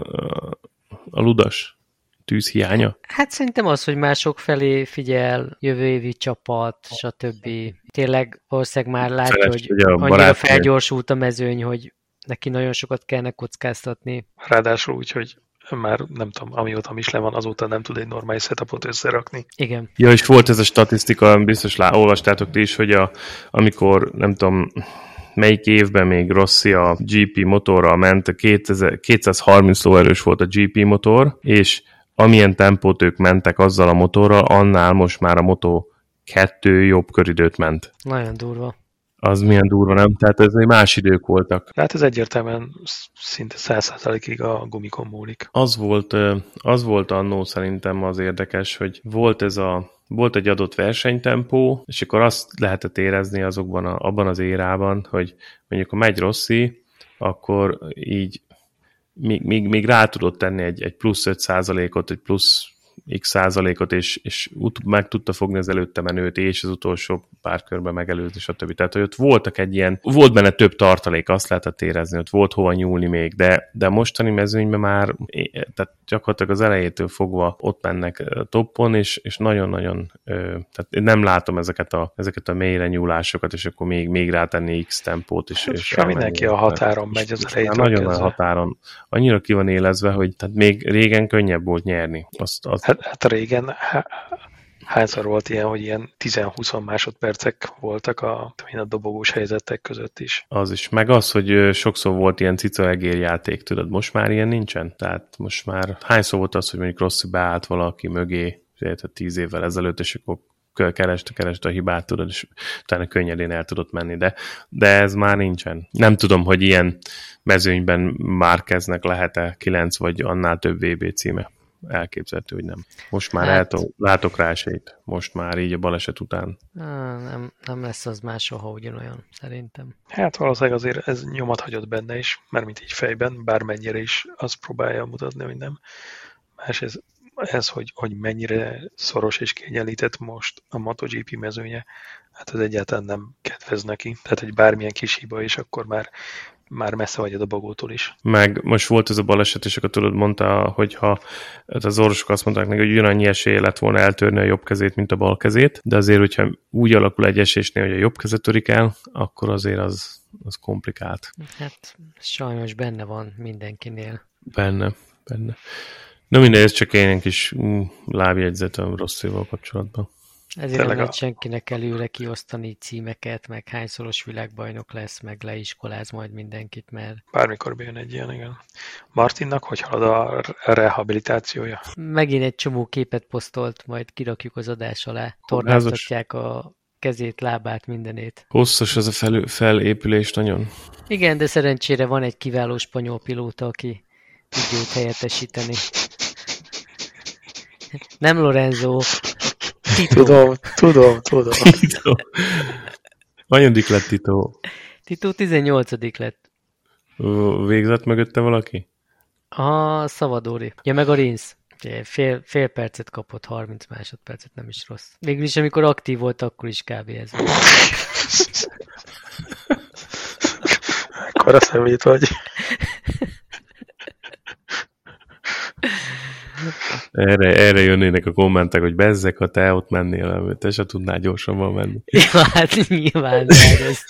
a ludas? Tűz hiánya? Hát szerintem az, hogy mások felé figyel, jövő évi csapat, stb. Tényleg valószínűleg már látja, Feles, hogy annyira barátja. Felgyorsult a mezőny, hogy neki nagyon sokat kellene kockáztatni. Ráadásul úgy, hogy már nem tudom, amióta is le van, azóta nem tud egy normális setupot összerakni. Igen. Ja, és volt ez a statisztika, biztos lá, olvastátok ti is, hogy a, amikor, nem tudom, melyik évben még Rossi a gé pé motorral ment, kétszázharminc lóerős volt a gé pé motor, és amilyen tempót ők mentek azzal a motorral, annál most már a Moto kettő jobb köridőt ment. Nagyon durva. Az milyen durva, nem? Tehát ez más idők voltak. Hát ez egyértelműen szinte száz százalékig a gumikon múlik. Az volt, az volt annó szerintem az érdekes, hogy volt ez a volt egy adott versenytempó, és akkor azt lehetett érezni azokban a, abban az érában, hogy mondjuk ha megy Rossi, akkor így Még, még, még rá tudott tenni egy, egy plusz öt százalékot, egy plusz x százalékot, és, és ut- meg tudta fogni az előtte menőt, és az utolsó pár körben megelőzni, stb. Tehát, hogy ott voltak egy ilyen, volt benne több tartalék, azt lehetett érezni, ott volt hova nyúlni még, de, de a mostani mezőnyben már, tehát gyakorlatilag az elejétől fogva ott mennek toppon, és, és nagyon-nagyon, tehát nem látom ezeket a, ezeket a mélyre nyúlásokat, és akkor még, még rátenni X tempót, és, és mindenki a határon megy az elejétől nagyon a határon. Annyira ki van élezve, hogy tehát még régen könnyebb volt nyerni. Azt, azt Hát, hát régen há, hányszor volt ilyen, hogy ilyen tíz-húsz másodpercek voltak a, a dobogós helyzetek között is. Az is. Meg az, hogy sokszor volt ilyen cica-egér játék, tudod, most már ilyen nincsen. Tehát most már hányszor volt az, hogy mondjuk Rossi beállt valaki mögé, tíz évvel ezelőtt, és akkor kereste, kereste a hibát, tudod, és utána könnyedén el tudott menni, de, de ez már nincsen. Nem tudom, hogy ilyen mezőnyben már kezdnek lehet-e kilenc vagy annál több vé bé címe. Elképzelhető, hogy nem. Most már hát, látok, látok rá esélyt. Most már így a baleset után. Á, nem, nem lesz az máshol, ugyanolyan, szerintem. Hát valószínűleg azért ez nyomat hagyott benne is, mármint így fejben, bármennyire is azt próbálja mutatni, hogy nem. Más ez, ez hogy, hogy mennyire szoros és kiegyenlített most a MotoGP mezőnye, hát ez egyáltalán nem kedvez neki. Tehát, hogy bármilyen kis hiba is, akkor már már messze vagy a dobogótól is. Meg most volt ez a baleset, és akkor tudod, mondta, hogy ha az orvosok azt mondták neki, hogy ugyanannyi esélye lett volna eltörni a jobb kezét, mint a bal kezét, de azért, hogyha úgy alakul egy esésnél, hogy a jobb kezet törik el, akkor azért az, az komplikált. Hát sajnos benne van mindenkinél. Benne, benne. Na mindegy, ez csak egy kis lábjegyzet a Rossival kapcsolatban. Ezért nem lehet a... senkinek előre kiosztani címeket, meg hányszoros világbajnok lesz, meg leiskoláz majd mindenkit, mert... Bármikor bejön egy ilyen, igen. Martinnak hogy halad a rehabilitációja? Megint egy csomó képet posztolt, majd kirakjuk az adás alá. Tornáztatják a kezét, lábát, mindenét. Hosszas ez a fel, felépülés nagyon. Igen, de szerencsére van egy kiváló spanyol pilóta, aki tudja őt helyettesíteni. Nem Lorenzo, Tito. Tudom, tudom, tudom. Tito. Hanyadik lett Tito? Tito tizennyolcadik lett. Végzett mögötte valaki? A Savadori. Ja, meg a Rins. Fél, fél percet kapott, harminc másodpercet, nem is rossz. Végülis, amikor aktív volt, akkor is kb. Ez volt. Ekkora szemét vagy. Erre, erre jönnének a kommentek, hogy bezzek, ha te ott mennél, te se tudnál gyorsabban menni. Ja, hát nyilván. Ez.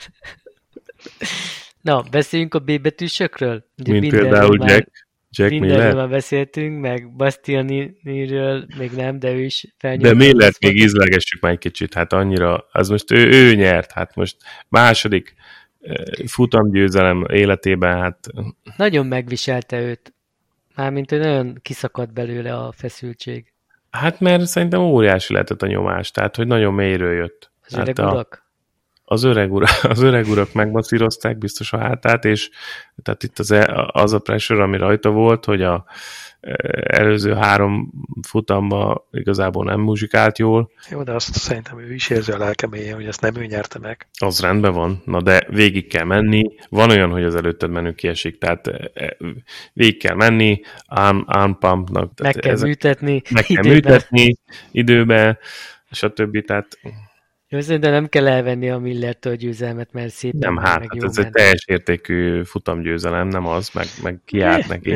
Na, beszéljünk a B betűsökről? Ugye mint például már, Jack, Jack Miller. Mindenről már beszéltünk, meg Bastianiniről még nem, de ő is felnyújtott. De Millert még ízlelgessük már egy kicsit, hát annyira, az most ő, ő nyert, hát most második futamgyőzelem életében, hát... Nagyon megviselte őt. Mármint, hogy nagyon kiszakadt belőle a feszültség. Hát mert szerintem óriási lehetett a nyomás, tehát hogy nagyon mélyről jött. Az öreg hát urak? A, az, öreg urak, az öreg urak megmasszírozták biztos a hátát, és tehát itt az, az a pressure, ami rajta volt, hogy a előző három futamban igazából nem muzsikált jól. Jó, de azt szerintem ő is érzi a lelkeméjén, hogy ezt nem ő nyerte meg. Az rendben van, na de végig kell menni. Van olyan, hogy az előtted menő kiesik, tehát végig kell menni, arm, arm pumpnak. Meg kell ezek, műtetni. Meg kell időben. műtetni időben, stb. Tehát... Jó, szerintem nem kell elvenni a Millertől a győzelmet, mert szépen nem, hát, meg hát ez egy teljes értékű futamgyőzelem, nem az, meg, meg kiállt neki.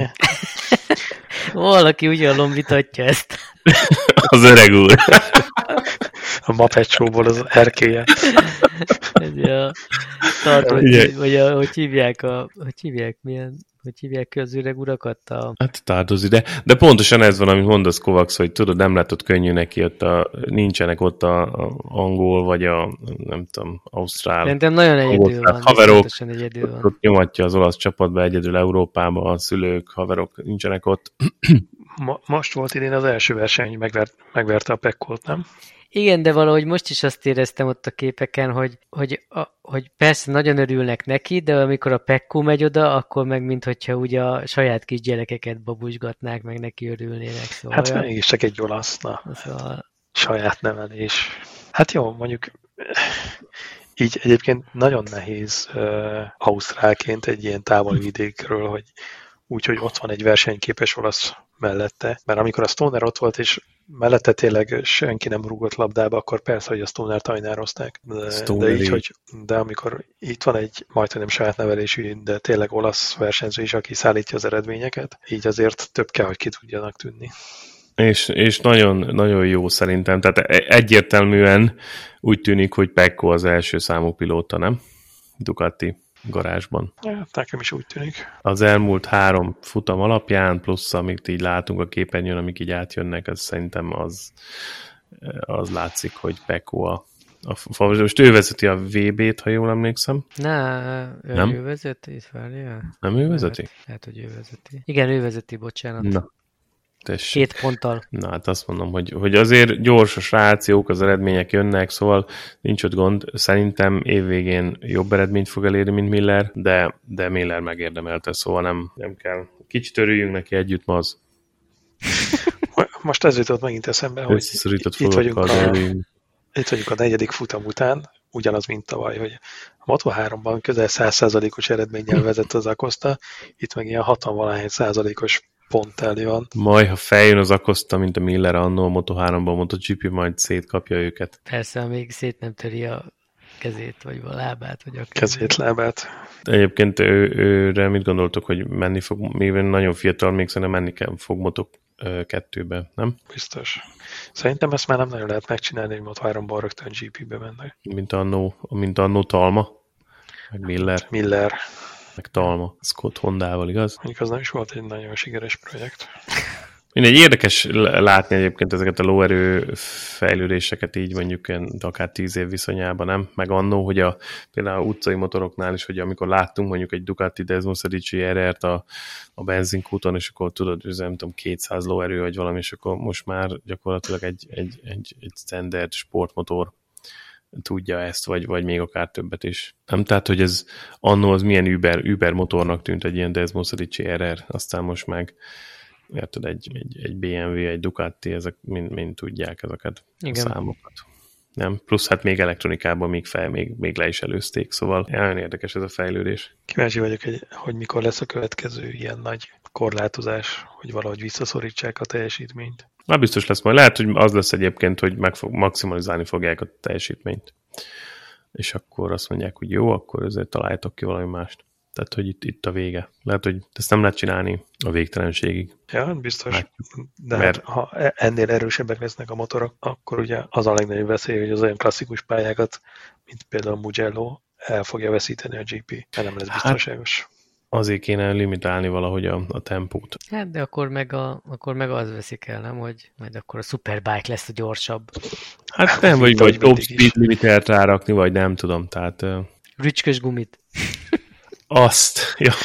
Valaki úgy hallom vitatja ezt. Az öreg úr. A Muppet Show-ból az erkélye. Ja, tartom, hogy, vagy a, hogy hívják a, hogy hívják, milyen, hogy hívják ki az öreg urakat? A... Hát tartozik, de, de pontosan ez van, amit mondasz, Kovacs, hogy tudod, nem lett ott könnyű neki, ott a, nincsenek ott a, a angol, vagy a, nem tudom, ausztrál. Szerintem nagyon egyedül van. Haverok, egyedül van. Ott nyomatja az olasz csapatba egyedül Európába, a szülők, haverok nincsenek ott. Ma, most volt idén az első verseny, megvert, megverte a Pekkót, nem? Igen, de valahogy most is azt éreztem ott a képeken, hogy, hogy, a, hogy persze nagyon örülnek neki, de amikor a Pekko megy oda, akkor meg minthogyha ugye a saját kis gyerekeket babusgatnák, meg neki örülnének. Szóval hát olyan... mégis csak egy olasz, na. Szóval... Saját nevelés. Hát jó, mondjuk így egyébként nagyon nehéz uh, ausztrálként egy ilyen távoli vidékről, hogy úgyhogy ott van egy versenyképes olasz mellette, mert amikor a Stoner ott volt, és mellette tényleg senki nem rúgott labdába, akkor persze, hogy a Stoner tajnározták. De, de, így, hogy, de amikor itt van egy majdnem saját nevelésű, de tényleg olasz versenyző is, aki szállítja az eredményeket, így azért több kell, hogy ki tudjanak tűnni. És, és nagyon, nagyon jó szerintem. Tehát egyértelműen úgy tűnik, hogy Pecco az első számú pilóta, nem? Ducati garázsban. Ja, nekem is úgy tűnik. Az elmúlt három futam alapján, plusz amit így látunk a képernyőn, amik így átjönnek, az szerintem az, az látszik, hogy Pecco a, a most ő vezeti a vé bét, ha jól emlékszem. Na, ő, nem? ő vezeti? Nem ő vezeti? Lehet, lehet, hogy ő vezeti. Igen, ő vezeti, bocsánat. Na. Tessék. Két ponttal. Na hát azt mondom, hogy, hogy azért gyors a srác, jók az eredmények jönnek, szóval nincs ott gond. Szerintem évvégén jobb eredményt fog elérni, mint Miller, de, de Miller megérdemelte, szóval nem, nem kell. Kicsit örüljünk neki együtt, ma az. Most ez jutott megint eszembe, hogy itt, itt, vagyunk a, itt vagyunk a negyedik futam után, ugyanaz, mint tavaly, hogy a Moto háromban közel száz százalékos eredménnyel vezet az Acosta, itt meg ilyen hatvan-valahány százalékos ponttel van. Majd, ha feljön az Acosta, mint a Miller annó a Moto háromban, a MotoGP majd szétkapja őket. Persze, még szét nem töri a kezét, vagy a lábát, vagy a kezét, lábát. Egyébként ő, őre mit gondoltok, hogy menni fog, mivel nagyon fiatal, még szerintem menni kell, fog Moto kettőbe, nem? Biztos. Szerintem ezt már nem nagyon lehet megcsinálni, hogy Moto háromban rögtön gé pé-be mennek. Mint annó, mint annó Talma, meg Miller. Miller. Meg Talma, Scott Hondával, igaz? Mondjuk az nem is volt egy nagyon sikeres projekt. Mindegy, érdekes látni egyébként ezeket a lóerő fejlődéseket így mondjuk akár tíz év viszonyában, nem? Meg annó, hogy a, például a utcai motoroknál is, hogy amikor láttunk mondjuk egy Ducati Desmosedici er er-t a, a benzinkúton, és akkor tudod, hogy nem tudom, kétszáz lóerő vagy valami, és akkor most már gyakorlatilag egy, egy, egy, egy standard sportmotor tudja ezt, vagy, vagy még akár többet is. Nem? Tehát, hogy ez annó az milyen Uber, Uber motornak tűnt egy ilyen Desmosedici er er, aztán most meg érted, egy, egy, egy bé em vé, egy Ducati, ezek mind, mind tudják ezeket igen. A számokat. Nem? Plusz hát még elektronikában még, fel, még, még le is előzték, szóval nagyon érdekes ez a fejlődés. Kíváncsi vagyok, hogy mikor lesz a következő ilyen nagy korlátozás, hogy valahogy visszaszorítsák a teljesítményt. Na biztos lesz majd. Lehet, hogy az lesz egyébként, hogy meg fog, maximalizálni fogják a teljesítményt. És akkor azt mondják, hogy jó, akkor ezért találjátok ki valami mást. Tehát, hogy itt, itt a vége. Lehet, hogy ezt nem lehet csinálni a végtelenségig. Ja, biztos. Látjuk. De mert... hát, ha ennél erősebbek lesznek a motorok, akkor ugye az a legnagyobb veszély, hogy az olyan klasszikus pályákat, mint például Mugello, el fogja veszíteni a gé pé, mert nem lesz biztonságos. Hát, azért kéne limitálni valahogy a, a tempót. Hát, de akkor meg, a, akkor meg az veszik el, nem? Hogy majd akkor a Superbike lesz a gyorsabb. Hát nem, vagy, vagy top speed limitert rárakni, vagy nem tudom, tehát... Uh... Rücskös gumit. Azt, ja.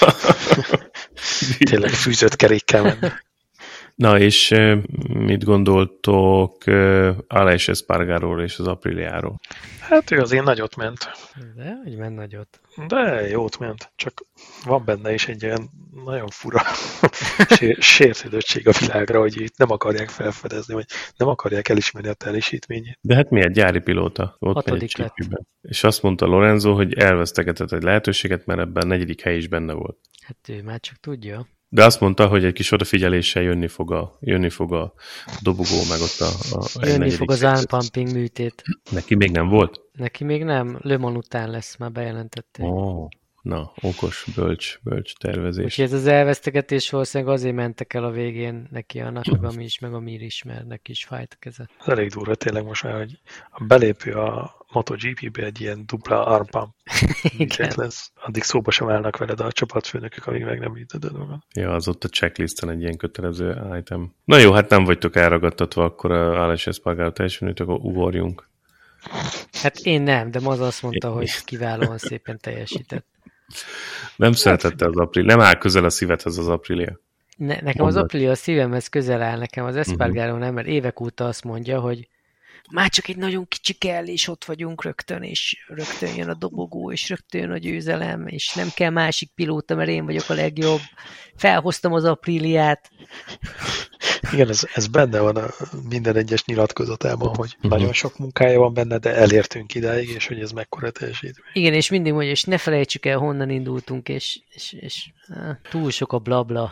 Tényleg fűzött kerékkel menni. Na, és mit gondoltok Aleix Espargaróról és az Apriliáról? Hát ő azért nagyot ment. De, hogy ment nagyot. De jót ment, csak van benne is egy olyan nagyon fura sértődöttség a világra, hogy itt nem akarják felfedezni, vagy nem akarják elismerni a teljesítményét. De hát miért? Gyári pilóta. Ott hatodik lett. És azt mondta Lorenzo, hogy elvesztegetett egy lehetőséget, mert ebben a negyedik hely is benne volt. Hát ő már csak tudja. De azt mondta, hogy egy kis odafigyeléssel jönni fog a, jönni fog a dobogó, meg ott a... a jönni fog az armpumping műtét. Neki még nem volt? Neki még nem. Le Mans után lesz, már bejelentették. Oh, na, okos, bölcs, bölcs tervezés. Úgyhogy ez az elvesztegetés valószínűleg azért mentek el a végén neki annak, meg a mi is, meg a Mir is, mert neki is fájt a keze. Ez elég durva tényleg most már, hogy a belépő a MotoGP-be egy ilyen dupla armpump lesz. Addig szóba sem állnak veled a csapatfőnökök, amíg meg nem íted magad. Ja, az ott a checklisten egy ilyen kötelező item. Na jó, hát nem vagytok elragadtatva, akkor a Aleix Espargaró teljesítményt, akkor ugorjunk. Hát én nem, de Maz azt mondta, hogy kiválóan szépen teljesített. Nem szeretette az Aprilia, nem áll közel a szívedhez az Aprilia. Ne, nekem Mondod. Az Aprilia a szívemhez közel áll, nekem az Espargaró uh-huh. nem, mert évek óta azt mondja, hogy már csak egy nagyon kicsi kell, és ott vagyunk rögtön, és rögtön jön a dobogó, és rögtön jön a győzelem, és nem kell másik pilóta, mert én vagyok a legjobb. Felhoztam az Apriliát. Igen, ez, ez benne van a minden egyes nyilatkozatában, hogy uh-huh. nagyon sok munkája van benne, de elértünk idáig, és hogy ez mekkora teljesítmény. Igen, és mindig mondja, és ne felejtsük el, honnan indultunk, és, és, és á, túl sok a blabla.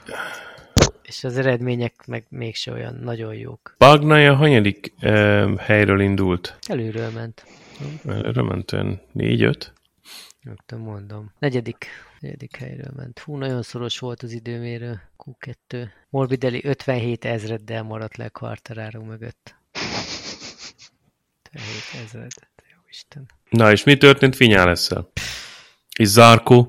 És az eredmények meg mégse olyan nagyon jók. Bagnaia hanyadik eh, helyről indult? Előről ment. Előről ment olyan négy-öt? Rögtön mondom. Negyedik, negyedik helyről ment. Hú, nagyon szoros volt az időmérő. kú kettő. Morbidelli ötvenhét ezreddel maradt le Quartararo mögött. ötvenhét ezred. Jó Isten. Na, és mi történt Viñalessel? És Zarco?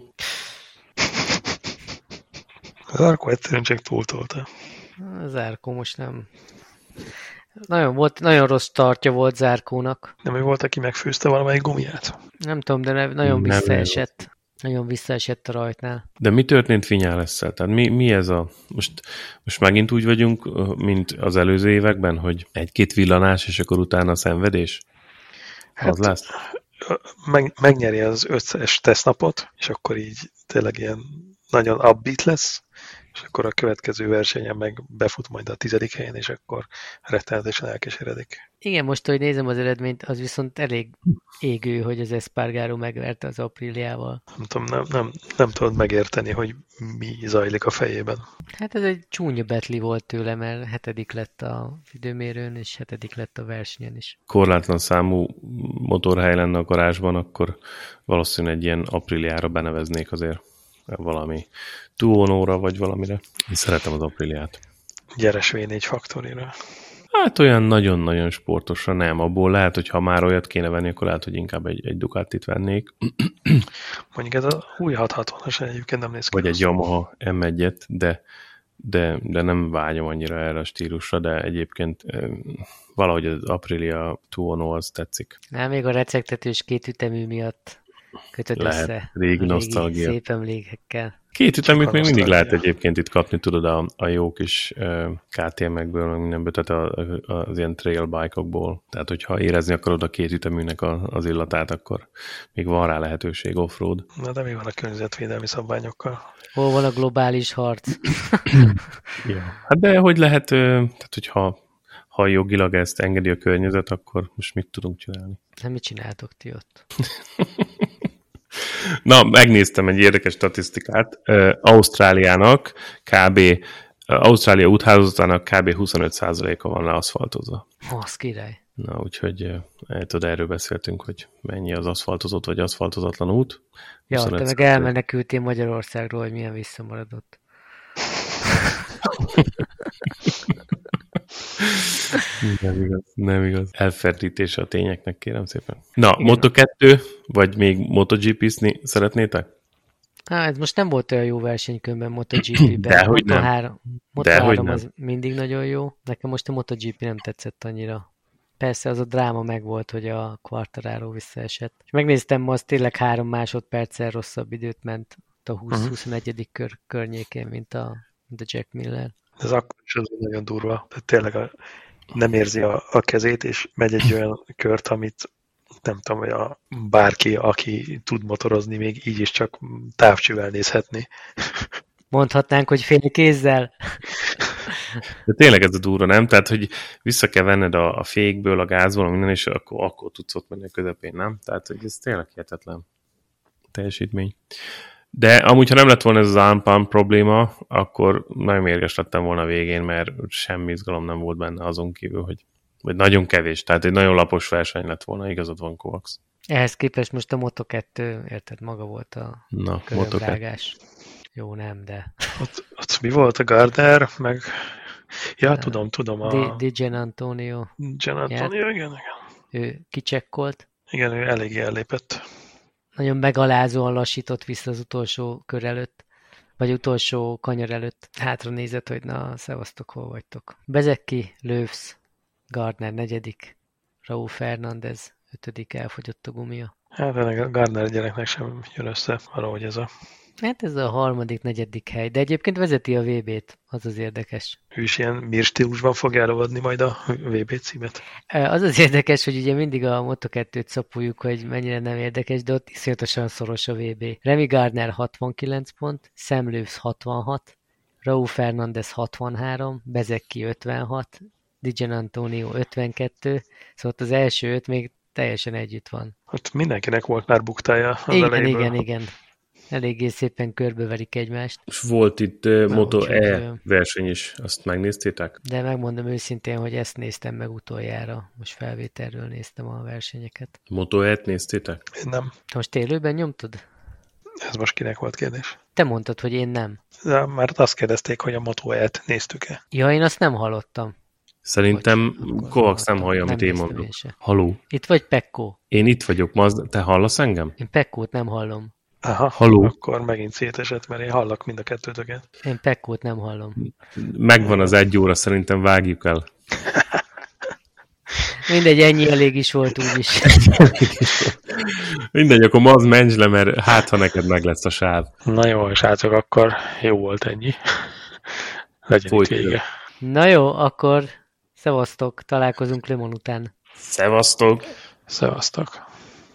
Zarco egyszerűen csak túltolta. Zarco most nem... Nagyon, volt, nagyon rossz tartja volt Zarcónak. Nem ő volt, aki megfőzte valamelyik gumiját? Nem tudom, de ne, nagyon nem visszaesett. Nem. Nagyon visszaesett a rajtnál. De mi történt Viñalessel? Tehát mi, mi ez a... Most, most megint úgy vagyunk, mint az előző években, hogy egy-két villanás, és akkor utána a szenvedés? Hát, az lesz? Meg, megnyeri az összes tesztnapot, és akkor így tényleg ilyen nagyon upbeat lesz, és akkor a következő versenyen meg befut majd a tizedik helyen, és akkor rettenetesen elkeseredik. Igen, most, hogy nézem az eredményt, az viszont elég égő, hogy az Espargaró megverte az Apriliával. Nem tudom, nem, nem, nem tudod megérteni, hogy mi zajlik a fejében. Hát ez egy csúnya betli volt tőle, mert hetedik lett a időmérőn, és hetedik lett a versenyen is. Korlátlan számú motorhely lenne a garázsban, akkor valószínűleg egy ilyen Apriliára beneveznék azért valami Tuonóra, vagy valamire. Én szeretem az Apriliát. Gyeres vé négy faktorira. Hát olyan nagyon-nagyon sportosra nem. Abból lehet, hogy ha már olyat kéne venni, akkor lehet, hogy inkább egy, egy Ducatit vennék. Mondjuk ez a új hat hatvanas egyébként nem néz ki. Vagy egy Yamaha em egyet, de de, de nem vágyom annyira erre a stílusra, de egyébként valahogy az Aprilia kettő az tetszik. Nem, még a recegtetős kétütemű miatt kötött lehet, össze. régi nosztalgia. Szép emlékekkel. Két üteműt még mindig lehet egyébként itt kapni, tudod, a, a jó kis uh, ká té em-ekből, meg mindenből, tehát a, a, az ilyen trail bike-okból. Tehát, hogyha érezni akarod a két üteműnek a, az illatát, akkor még van rá lehetőség offroad. Na, de mi van a környezetvédelmi szabványokkal? Hol van a globális harc? Ja. Hát de hogy lehet, tehát hogyha ha jogilag ezt engedi a környezet, akkor most mit tudunk csinálni? Nem, mit csináltok ti ott? Na, megnéztem egy érdekes statisztikát. Uh, Ausztráliának kb. Uh, Ausztrália úthálózatának kb. huszonöt százaléka van leaszfaltozva. Az király. Na, úgyhogy uh, tudod, erről beszéltünk, hogy mennyi az aszfaltozott vagy aszfaltozatlan út. Ja, te meg elmenekültél Magyarországról, hogy milyen visszamaradott. Nem igaz, nem igaz. Elferdítése a tényeknek, kérem szépen. Na, igen. Moto kettő, vagy még MotoGP-zni szeretnétek? Hát ez most nem volt olyan jó versenykörben MotoGP-ben. Dehogy Moto nem. három, Moto három az mindig nagyon jó. Nekem most a MotoGP nem tetszett annyira. Persze az a dráma megvolt, hogy a Quartararo visszaesett. És megnéztem, ma az tényleg három másodperccel rosszabb időt ment a húsz-huszonegyedik kör környékén, mint a, mint a Jack Miller. Ez akkor is az nagyon durva. Tehát tényleg a, nem érzi a, a kezét, és megy egy olyan kört, amit nem tudom, hogy a bárki, aki tud motorozni, még így is csak távcsővel nézhetni. Mondhatnánk, hogy fél kézzel. De tényleg ez a durva, nem? Tehát, hogy vissza kell venned a, a fékből, a gázból, minden, és akkor, akkor tudsz ott menni a közepén, nem? Tehát, hogy ez tényleg hihetetlen teljesítmény. De amúgy, ha nem lett volna ez az arm pump probléma, akkor nagyon mérges lettem volna a végén, mert semmi izgalom nem volt benne azon kívül, hogy vagy nagyon kevés, tehát egy nagyon lapos verseny lett volna, igazad van, Kovacs. Ehhez képest most a Moto kettő, érted, maga volt a Na, körömrágás. Jó, nem, de... Ott, ott mi volt a Gardner, meg... Ja, de, tudom, tudom. A... Di Gian Antonio. Gian Antonio, igen, igen. Ő kicsekkolt. Igen, ő eléggé ellépett. Nagyon megalázóan lassított vissza az utolsó kör előtt, vagy utolsó kanyar előtt. Hátra nézett, hogy na, szevasztok, hol vagytok. Bezeki, Lövsz, Gardner negyedik, Raúl Fernández ötödik, elfogyott a gumia. Hát ennek a Gardner gyereknek sem jön össze, valahogy ez a... Hát ez a harmadik, negyedik hely, de egyébként vezeti a vé bét, az az érdekes. Ő is ilyen Mir stílusban fog elrovadni majd a vé bé címet. Az az érdekes, hogy ugye mindig a Moto kettőt szapuljuk, hogy mennyire nem érdekes, de ott iszonyatosan szoros a vé bé. Remy Gardner hatvankilenc pont, Sam Lewis hatvanhat, Raúl Fernández hatvanhárom, Bezeki ötvenhat, Di Gian Antonio ötvenkettő, szóval az első öt még teljesen együtt van. Ott mindenkinek volt már buktája az igen, elejéből. Igen, igen, eléggé szépen körbeverik egymást. És volt itt uh, Moto E verseny is, azt megnéztétek? De megmondom őszintén, hogy ezt néztem meg utoljára. Most felvételről néztem a versenyeket. Moto E-t néztétek? Én nem. Te most élőben nyomtad? Ez most kinek volt kérdés? Te mondtad, hogy én nem. De már azt kérdezték, hogy a Moto E-t néztük-e. Ja, én azt nem hallottam. Szerintem Kovacs nem hallja, amit én mondok. Haló. Itt vagy Pekko? Én itt vagyok, Mazda. Te hallasz engem? Én Pekkót nem hallom. Aha, haló. Akkor megint szétesett, mert én hallak mind a kettőtöket. Én Pekkót nem hallom. Megvan az egy óra, szerintem vágjuk el. Mindegy, ennyi elég is volt úgyis. Mindegy, akkor Maz, menj le, mert hát, ha neked meg lesz a sáv. Na jó, és hát akkor jó volt ennyi. Legyen itt vége. Na jó, akkor szevasztok, találkozunk Le Mans után. Szevasztok! Szevasztok!